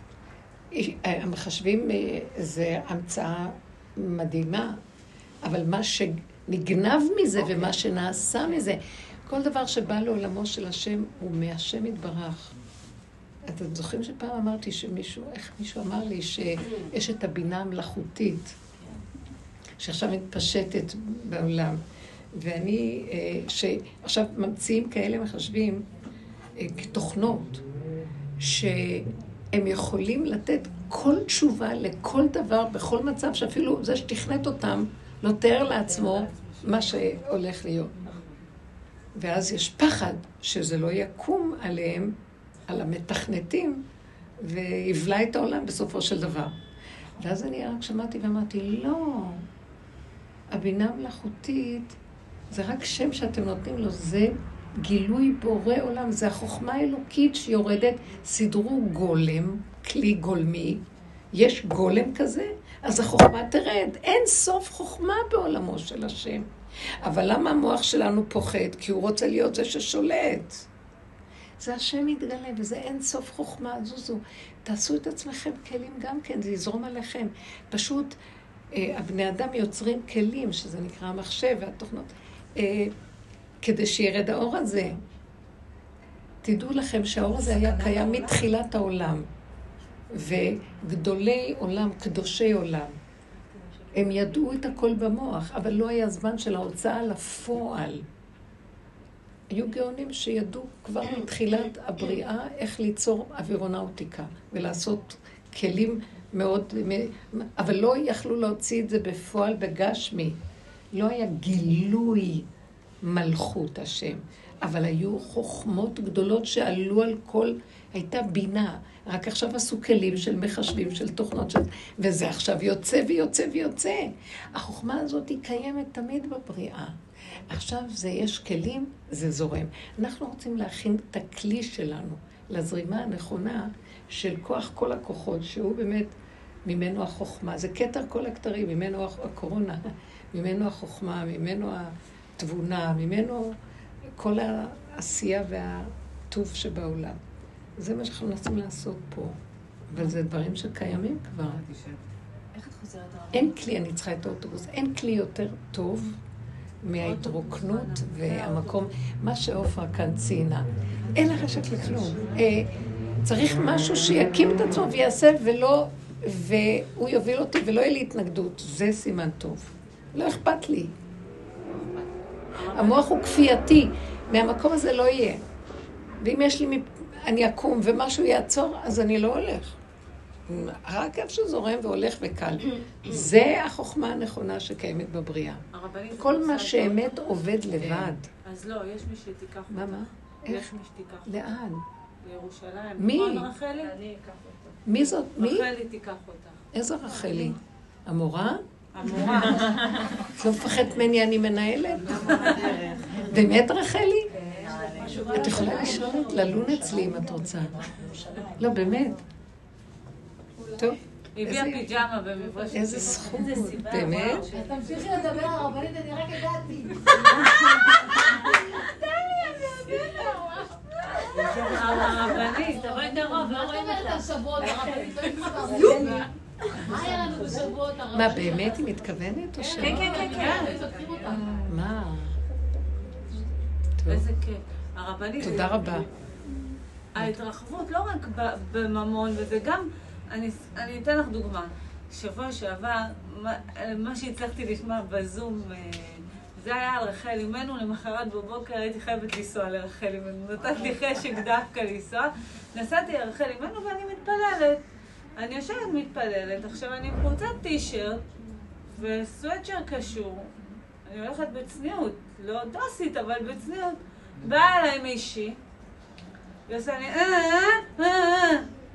המחשבים זה המצאה מדהימה, אבל מה ש... נגנב מזה, okay. ומה שנעשה מזה. כל דבר שבא לעולמו של השם הוא מהשם יתברך. אתם זוכרים שפעם אמרתי שמישהו, איך מישהו אמר לי שיש את הבינה המלאכותית, שעכשיו מתפשטת בעולם. ואני, שעכשיו ממציאים כאלה מחשבים, תוכנות, שהם יכולים לתת כל תשובה לכל דבר, בכל מצב, שאפילו זה שתכנת אותם, לא תאר לעצמו מה שהולך להיות. ואז יש פחד שזה לא יקום עליהם, על המתכנתים, ויבלע את העולם בסופו של דבר. ואז אני רק שמעתי ואמרתי, לא, הבינה מלאכותית, זה רק שם שאתם נותנים לו, זה גילוי בורא עולם, זה החוכמה האלוקית שיורדת, סידרו גולם, כלי גולמי, יש גולם כזה, אז החוכמה תרד. אין סוף חוכמה בעולמו של השם. אבל למה המוח שלנו פוחד? כי הוא רוצה להיות זה ששולט. זה השם מתגלה, וזה אין סוף חוכמה. זוזו, תעשו את עצמכם כלים גם כן, זה יזרום עליכם. פשוט, אה, הבני אדם יוצרים כלים, שזה נקרא המחשב והתוכנות, אה, כדי שירד האור הזה. תדעו לכם שהאור הזה היה קיים מתחילת העולם. וגדולי עולם, קדושי עולם, הם ידעו את הכל במוח, אבל לא היה זמן של ההוצאה לפועל. היו גאונים שידעו כבר מתחילת הבריאה איך ליצור אווירונאוטיקה ולעשות כלים מאוד, אבל לא יכלו להוציא את זה בפועל בגשמי. לא היה גילוי מלכות השם, אבל היו חוכמות גדולות שעלו על כל, הייתה בינה. רק עכשיו עשו כלים של מחשבים, של תוכנות, של... וזה עכשיו יוצא ויוצא ויוצא. החוכמה הזאת היא קיימת תמיד בבריאה. עכשיו זה יש כלים, זה זורם. אנחנו רוצים להכין את הכלי שלנו לזרימה הנכונה של כוח כל הכוחות, שהוא באמת ממנו החוכמה. זה כתר כל הכתרים, ממנו הקורונה, ממנו החוכמה, ממנו התבונה, ממנו כל העשייה והטוב שבעולם. זה מה שאנחנו מנסים לעשות פה. אבל זה דברים שקיימים כבר. איך את חוזרת הרבה? אין כלי, אני צריכה את האוטובוס, אין כלי יותר טוב מההתרוקנות והמקום, מה שאופרה כאן ציינה. אין לה רשת לכלום. צריך משהו שיקים את עצמו ויעשה ולא, והוא יוביל אותי ולא יהיה לי התנגדות. זה סימן טוב. לא אכפת לי. המוח הוא כפייתי. מהמקום הזה לא יהיה. ואם יש לי, אני אקום ומשהו יעצור, אז אני לא הולך. רק איפה שזורם והולך וקל. זה החוכמה הנכונה שקיימת בבריאה. כל מה שאמת עובד לבד. אז לא, יש מי שתיקח אותך. מה, מה? יש מי שתיקח אותך. לאן? לירושלים. מי? נכון, רחלי? אני אקח אותך. מי זאת? מי? רחלי תיקח אותך. איזו רחלי? המורה? המורה. את לא מפחדת ממני, אני מנהלת? באמת רחלי? את יכולה לשאול את ללון אצלי אם את רוצה. לא, באמת. טוב. הביאה פיג'מה במברשת. איזה זכות, באמת. תמשיכי לדבר הרבנית, אני רק הגעתי. תבואי קרוב, לא רואים אותך. מה את אומרת על שבועות הרבנית? מה היה לנו בשבועות הרבנית? מה, באמת היא מתכוונת או ש... כן, כן, כן, כן. מה? איזה כיף. הרבנית... תודה רבה. ההתרחבות לא רק בממון, וזה גם... אני אתן לך דוגמה. שבוע שעבר, מה שהצלחתי לשמוע בזום, זה היה על רחל אימנו. למחרת בבוקר הייתי חייבת לנסוע לרחל אימנו. נתת לי חשק דווקא לנסוע. נסעתי לרחל אימנו ואני מתפללת. אני יושבת מתפללת. עכשיו אני עם חולצת טישרט וסוויטשר קשור. אני הולכת בצניעות. לא דוסית, אבל בצניעות. באה אליי מישהי. ועושה לי אה אה אה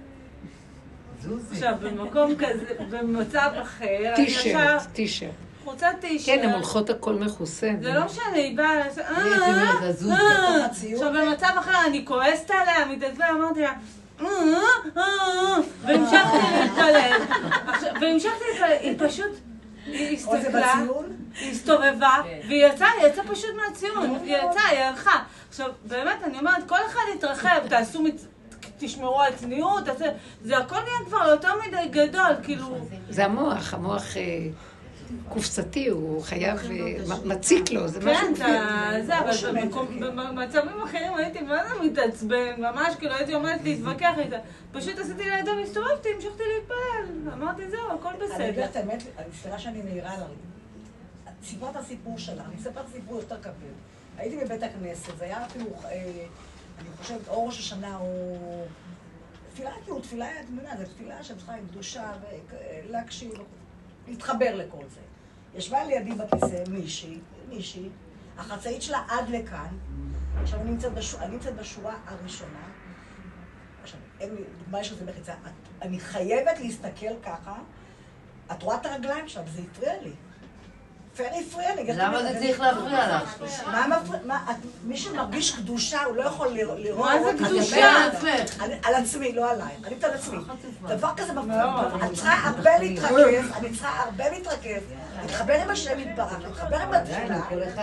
עכשיו, במקום כזה, במצב אחר, טישרט, טישרט. חוצת טישרט. כן, הן הולכות הכל מכוסה. זה לא משנה, היא באה לעשות, אה, אה, אה. עכשיו, במצב אחר, אני כועסת עליה, מתעצבנת, אמרתי לה, אה, אה, והמשכתי להתפלל. והמשכתי להתפלל, היא פשוט, היא הסתכלה, היא הסתובבה, והיא יצאה, היא יצאה פשוט מהציון. היא יצאה, היא הלכה. עכשיו, באמת, אני אומרת, כל אחד יתרחב, תעשו מצ... תשמרו על צניעות, זה הכל נהיה כבר יותר מדי גדול, כאילו... זה המוח, המוח קופסתי, הוא חייב, מציק לו, זה משהו... כן, זה, אבל במצבים אחרים הייתי מה זה מתעצבן, ממש כאילו הייתי עומדת להתווכח איתה. פשוט עשיתי לידה, הסתובבתי, המשכתי להתפלל, אמרתי זהו, הכל בסדר. אני יודעת, האמת, סליחה שאני מעירה לה, סיפרת הסיפור שלה, אני אספר סיפור יותר כבד. הייתי בבית הכנסת, זה היה אפילו... אני חושבת, או ראש השנה, או... תפילה, כאילו, תפילה, את מבינה, זו תפילה שצריכה עם קדושה, ולהקשיב, להתחבר לכל זה. ישבה לידי בכיסא מישהי, מישהי, החצאית שלה עד לכאן, עכשיו אני נמצאת בשורה, אני נמצאת בשורה הראשונה, עכשיו, אין לי, דוגמה יש לזה בחיצה, אני חייבת להסתכל ככה, את רואה את הרגליים שלה, וזה הפריע לי. פרי הפריע לי. למה זה צריך להפריע לך? מה מפריע? מי שמרגיש קדושה, הוא לא יכול לראות... מה זה קדושה? על עצמי, לא עליי. אני מתאר על עצמי. דבר כזה מפריע. אני צריכה הרבה להתרכז, אני צריכה הרבה להתרכז, להתחבר עם השם יתברך, להתחבר עם התפילה.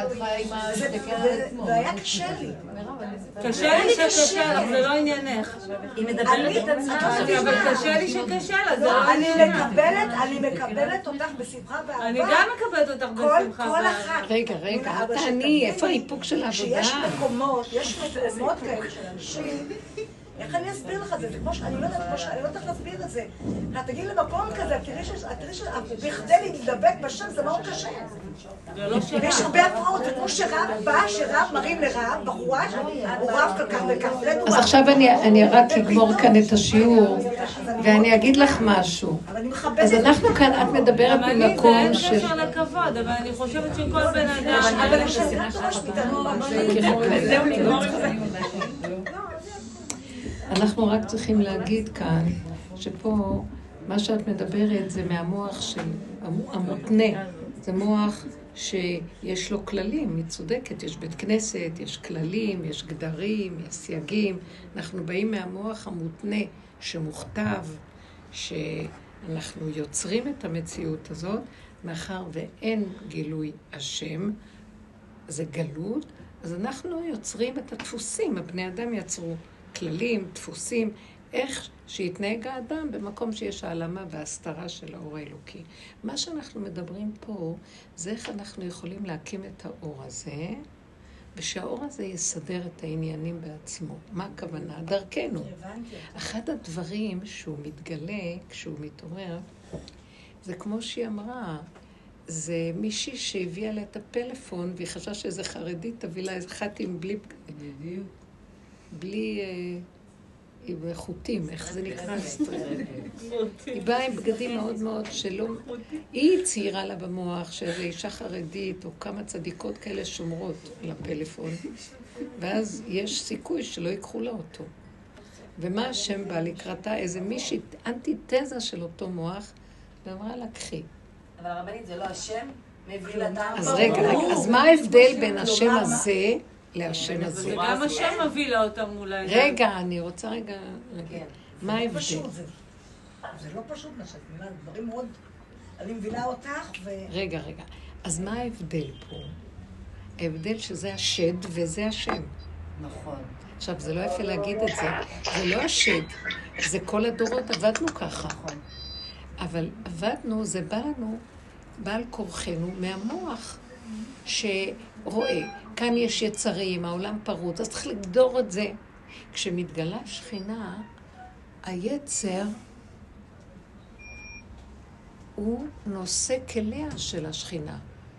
זה היה קשה לי. קשה לי שקשה לך, זה לא עניינך. היא מדברת את עצמה, אבל קשה לי שקשה לך, זה לא עניינך. אני מקבלת אותך בשמחה ואהבה. אני גם מקבלת אותך בשמחה ואהבה. רגע, רגע, תעני, איפה האיפוק של העבודה? שיש מקומות, יש מקומות כאלה של אנשים, איך אני אסביר לך את זה? זה כמו שאני לא יודעת, אני לא יודעת להסביר את זה. אתה תגיד למקום כזה, תראי שבכדי להתדבק בשם זה מאוד קשה. ויש הרבה הפרעות, זה כמו שרב בא, שרב מרים לרב, בחורה, הוא רב כל כך וכך. אז עכשיו אני רק אגמור כאן את השיעור, ואני אגיד לך משהו. אז אנחנו כאן, את מדברת במקום ש... זה אין קשר לכבוד, אבל אני חושבת שכל בן אדם... אבל אני חושבת זהו נגמור עם זה. אנחנו רק צריכים להגיד כאן, שפה מה שאת מדברת זה מהמוח של המותנה. זה מוח שיש לו כללים, היא צודקת, יש בית כנסת, יש כללים, יש גדרים, יש סייגים. אנחנו באים מהמוח המותנה שמוכתב, שאנחנו יוצרים את המציאות הזאת, מאחר ואין גילוי השם, זה גלות, אז אנחנו יוצרים את הדפוסים, הבני אדם יצרו כללים, דפוסים, איך שיתנהג האדם במקום שיש העלמה והסתרה של האור האלוקי. מה שאנחנו מדברים פה, זה איך אנחנו יכולים להקים את האור הזה, ושהאור הזה יסדר את העניינים בעצמו. מה הכוונה? דרכנו. אחד הדברים שהוא מתגלה, כשהוא מתעורר, זה כמו שהיא אמרה, זה מישהי שהביאה לה את הפלאפון, והיא חשבה שזה חרדית, תביא לה איזה חתים בלי... בלי... עם חוטים, איך זה נקרא? היא באה עם בגדים מאוד מאוד שלא... היא ציירה לה במוח שאיזו אישה חרדית או כמה צדיקות כאלה שומרות על הפלאפון, ואז יש סיכוי שלא ייקחו לה אותו. ומה השם בא לקראתה? איזה מישהי אנטיתזה של אותו מוח, ואמרה לה, קחי. אבל הרבנית זה לא השם מביא לטעם. אז רגע, אז מה ההבדל בין השם הזה להשם הזה? זה גם השם מביא לה אותם אולי. רגע, אני רוצה רגע... מה ההבדל? זה לא פשוט מה שאת מבינה, דברים מאוד... אני מבינה אותך ו... רגע, רגע. אז מה ההבדל פה? ההבדל שזה השד וזה השם. נכון. עכשיו, זה לא יפה להגיד את זה, זה לא השד, זה כל הדורות עבדנו ככה. אבל עבדנו, זה בא לנו, בא על כורחנו מהמוח שרואה, כאן יש יצרים, העולם פרוץ, אז צריך לגדור את זה. כשמתגלה שכינה, היצר הוא נושא כליה של השכינה.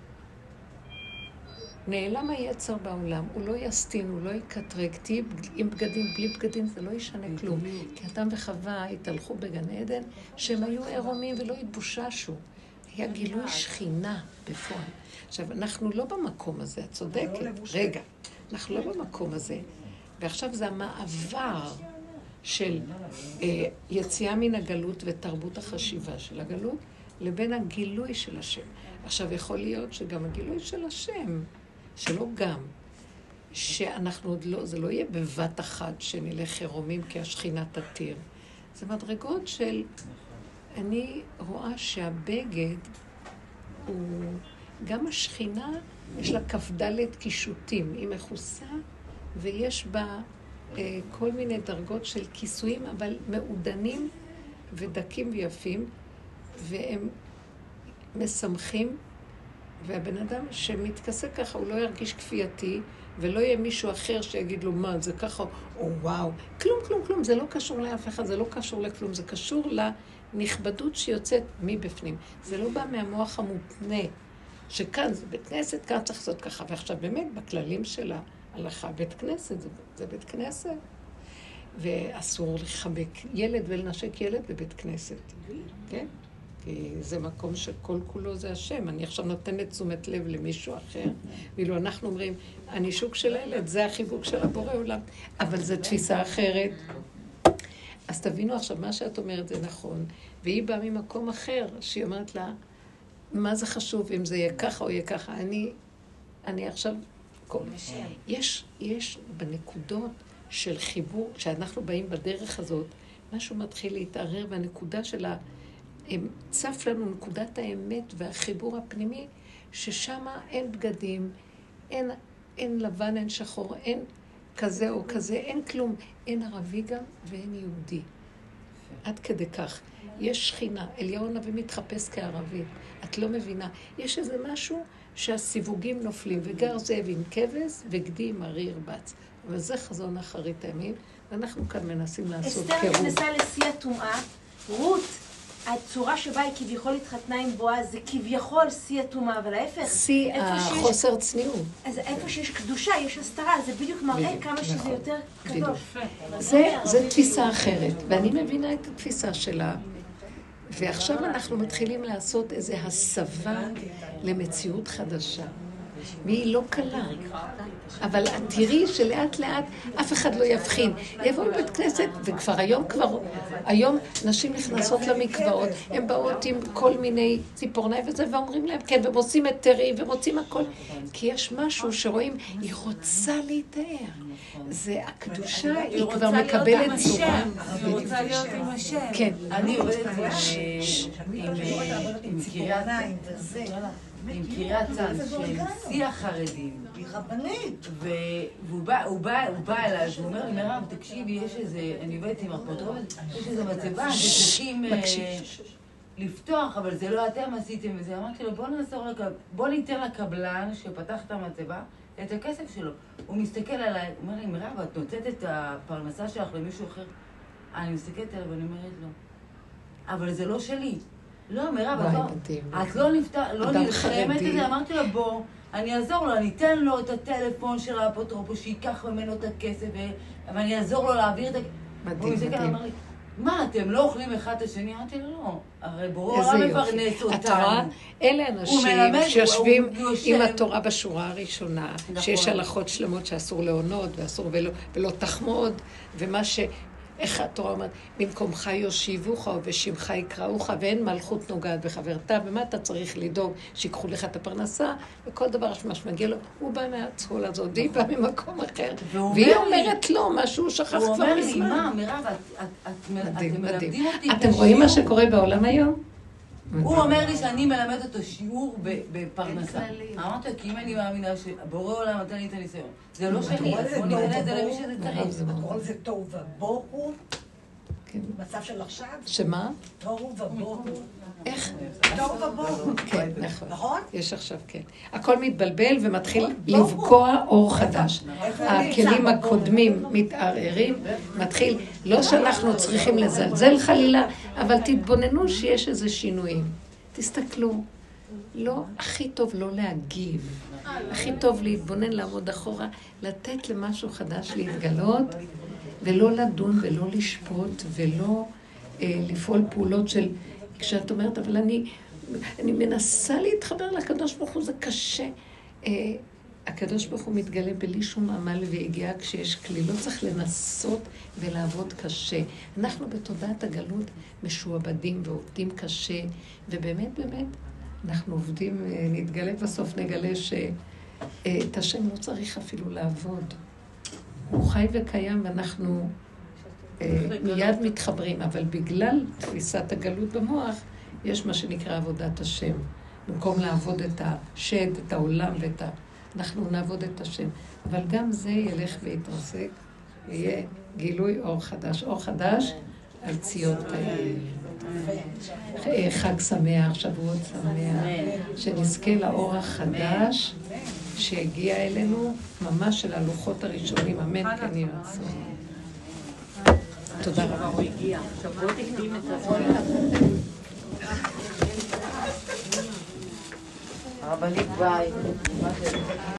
נעלם היצר בעולם, הוא לא יסטין, הוא לא יקטרג, תהי עם בגדים, בלי בגדים, זה לא ישנה כלום. כי אדם וחווה התהלכו בגן עדן, שהם היו עירומים ולא התבוששו. היה גילוי שכינה בפועל. עכשיו, אנחנו לא במקום הזה, את צודקת. רגע, אנחנו לא במקום הזה. ועכשיו זה המעבר של אה, יציאה מן הגלות ותרבות החשיבה של הגלות, לבין הגילוי של השם. עכשיו, יכול להיות שגם הגילוי של השם, שלא גם, שאנחנו עוד לא, זה לא יהיה בבת אחת שנלך עירומים כי השכינה תתיר. זה מדרגות של, אני רואה שהבגד הוא, גם השכינה יש לה כ"ד קישוטים, היא מכוסה ויש בה אה, כל מיני דרגות של כיסויים, אבל מעודנים ודקים ויפים, והם משמחים, והבן אדם שמתכסה ככה, הוא לא ירגיש כפייתי, ולא יהיה מישהו אחר שיגיד לו, מה, זה ככה, או וואו. כלום, כלום, כלום, זה לא קשור לאף אחד, זה לא קשור לכלום, זה קשור לנכבדות שיוצאת מבפנים. זה לא בא מהמוח המותנה, שכאן זה בית כנסת, כאן צריך לעשות ככה, ועכשיו באמת בכללים של ההלכה, בית כנסת, זה, זה בית כנסת, ואסור לחבק ילד ולנשק ילד בבית כנסת, כן? כי זה מקום שכל כולו זה השם. אני עכשיו נותנת תשומת לב למישהו אחר, ואילו אנחנו אומרים, הנישוק של הילד, זה החיבוק של הבורא עולם. אבל זו תפיסה אחרת. אז תבינו עכשיו, מה שאת אומרת זה נכון, והיא באה ממקום אחר, שהיא אומרת לה, מה זה חשוב, אם זה יהיה ככה או יהיה ככה. אני, אני עכשיו, יש, יש בנקודות של חיבור, כשאנחנו באים בדרך הזאת, משהו מתחיל להתערער, והנקודה של ה... צף לנו נקודת האמת והחיבור הפנימי, ששם אין בגדים, אין, אין לבן, אין שחור, אין כזה או כזה, אין כלום, אין ערבי גם ואין יהודי. עד כדי כך. יש שכינה, אליהו הנביא מתחפש כערבי, את לא מבינה. יש איזה משהו שהסיווגים נופלים, וגר זאב עם כבש וגדי עם ארי ירבץ. אבל זה חזון אחרית הימים, ואנחנו כאן מנסים לעשות קירוב. אסתר נכנסה לשיא הטומאה, רות, הצורה שבה היא כביכול התחתנה עם בועז, זה כביכול שיא הטומאה, אבל ההפך. שיא החוסר צניעות. אז איפה שיש קדושה, יש הסתרה, זה בדיוק מראה כמה שזה יותר קדוש. זה תפיסה אחרת, ואני מבינה את התפיסה שלה, ועכשיו אנחנו מתחילים לעשות איזו הסבה למציאות חדשה. והיא לא קלה. אבל את תראי שלאט לאט אף אחד לא יבחין. יבואו לבית כנסת, וכבר היום כבר, היום נשים נכנסות למקוואות, הן באות עם כל מיני ציפורניים וזה, ואומרים להם, כן, והם עושים היתרים, והם עושים הכל. כי יש משהו שרואים, היא רוצה להתאר. זה הקדושה, היא כבר מקבלת צורה. היא רוצה להיות עם השם. כן. אני עובדת עם קריית עם קריית צאן, שהם שיא החרדים. היא רבנית. והוא בא אליי, והוא אומר לי, מירב, תקשיבי, יש איזה, אני עובדת עם אפוטרופוס, יש איזה מצבה, שצריכים לפתוח, אבל זה לא אתם עשיתם וזה. אמרתי לו, בוא נעזור, בוא ניתן לקבלן שפתח את המצבה, את הכסף שלו. הוא מסתכל עליי, הוא אומר לי, מירב, את נותנת את הפרנסה שלך למישהו אחר? אני מסתכלת עליו ואני אומרת לו, אבל זה לא שלי. לא, מירב, את לא נלחמת את זה, אמרתי לו, בוא, אני אעזור לו, אני אתן לו את הטלפון של האפוטרופוס, שיקח ממנו את הכסף, ואני אעזור לו להעביר את הכסף. מדהים, מדהים. מה, אתם לא אוכלים אחד את השני? אמרתי לו, לא, הרי בורא לא מפרנס אותנו. התורה, אלה אנשים שיושבים עם התורה בשורה הראשונה, שיש הלכות שלמות שאסור להונות, ואסור ולא תחמוד, ומה ש... איך התורה אומרת, במקומך יושיבוך ובשמך יקראוך, ואין מלכות נוגעת בחברתה, ומה אתה צריך לדאוג שיקחו לך את הפרנסה, וכל דבר שמגיע לו, הוא בא מהצהול הזאת, היא בא ממקום אחר, והיא אומרת לו משהו שכח כבר מזמן. הוא אומר לי, מה, מירב, אתם מלמדים אותי... אתם רואים מה שקורה בעולם היום? הוא אומר לי שאני מלמד אותו שיעור בפרנסה. אמרתי, כי אם אני מאמינה שבורא עולם נתן לי את הניסיון, זה לא שלי, בוא ניתן את זה למי שזה צריך. את קורא לזה תוהו ובוהו? מצב של עכשיו? שמה? תוהו ובוהו. איך? תוהו ובוהו. כן, נכון. נכון? יש עכשיו, כן. הכל מתבלבל ומתחיל לבקוע אור חדש. הכלים הקודמים מתערערים, מתחיל, לא שאנחנו צריכים לזלזל חלילה, אבל תתבוננו שיש איזה שינויים. תסתכלו. לא, הכי טוב לא להגיב. הכי טוב להתבונן, לעמוד אחורה, לתת למשהו חדש להתגלות, ולא לדון ולא לשפוט ולא אה, לפעול פעולות של... כשאת אומרת, אבל אני, אני מנסה להתחבר לקדוש ברוך הוא, זה קשה. אה, הקדוש ברוך הוא מתגלה בלי שום עמל והגיעה כשיש כלי. לא צריך לנסות ולעבוד קשה. אנחנו בתודעת הגלות משועבדים ועובדים קשה, ובאמת באמת אנחנו עובדים, נתגלה בסוף, נגלה שאת השם לא צריך אפילו לעבוד. הוא חי וקיים ואנחנו מיד מתחברים, אבל בגלל תפיסת הגלות במוח, יש מה שנקרא עבודת השם. במקום לעבוד את השד, את העולם ואת ה... אנחנו נעבוד את השם. אבל גם זה ילך ויתרסק, יהיה גילוי אור חדש. אור חדש על ציון תאיר. חג שמח, שבועות שמח, שנזכה לאור החדש שהגיע אלינו, ממש של הלוחות הראשונים, אמן כן יהיה רצון. תודה רבה. הוא הגיע, שבועות הקדים את הזמן. הרבנית ביי.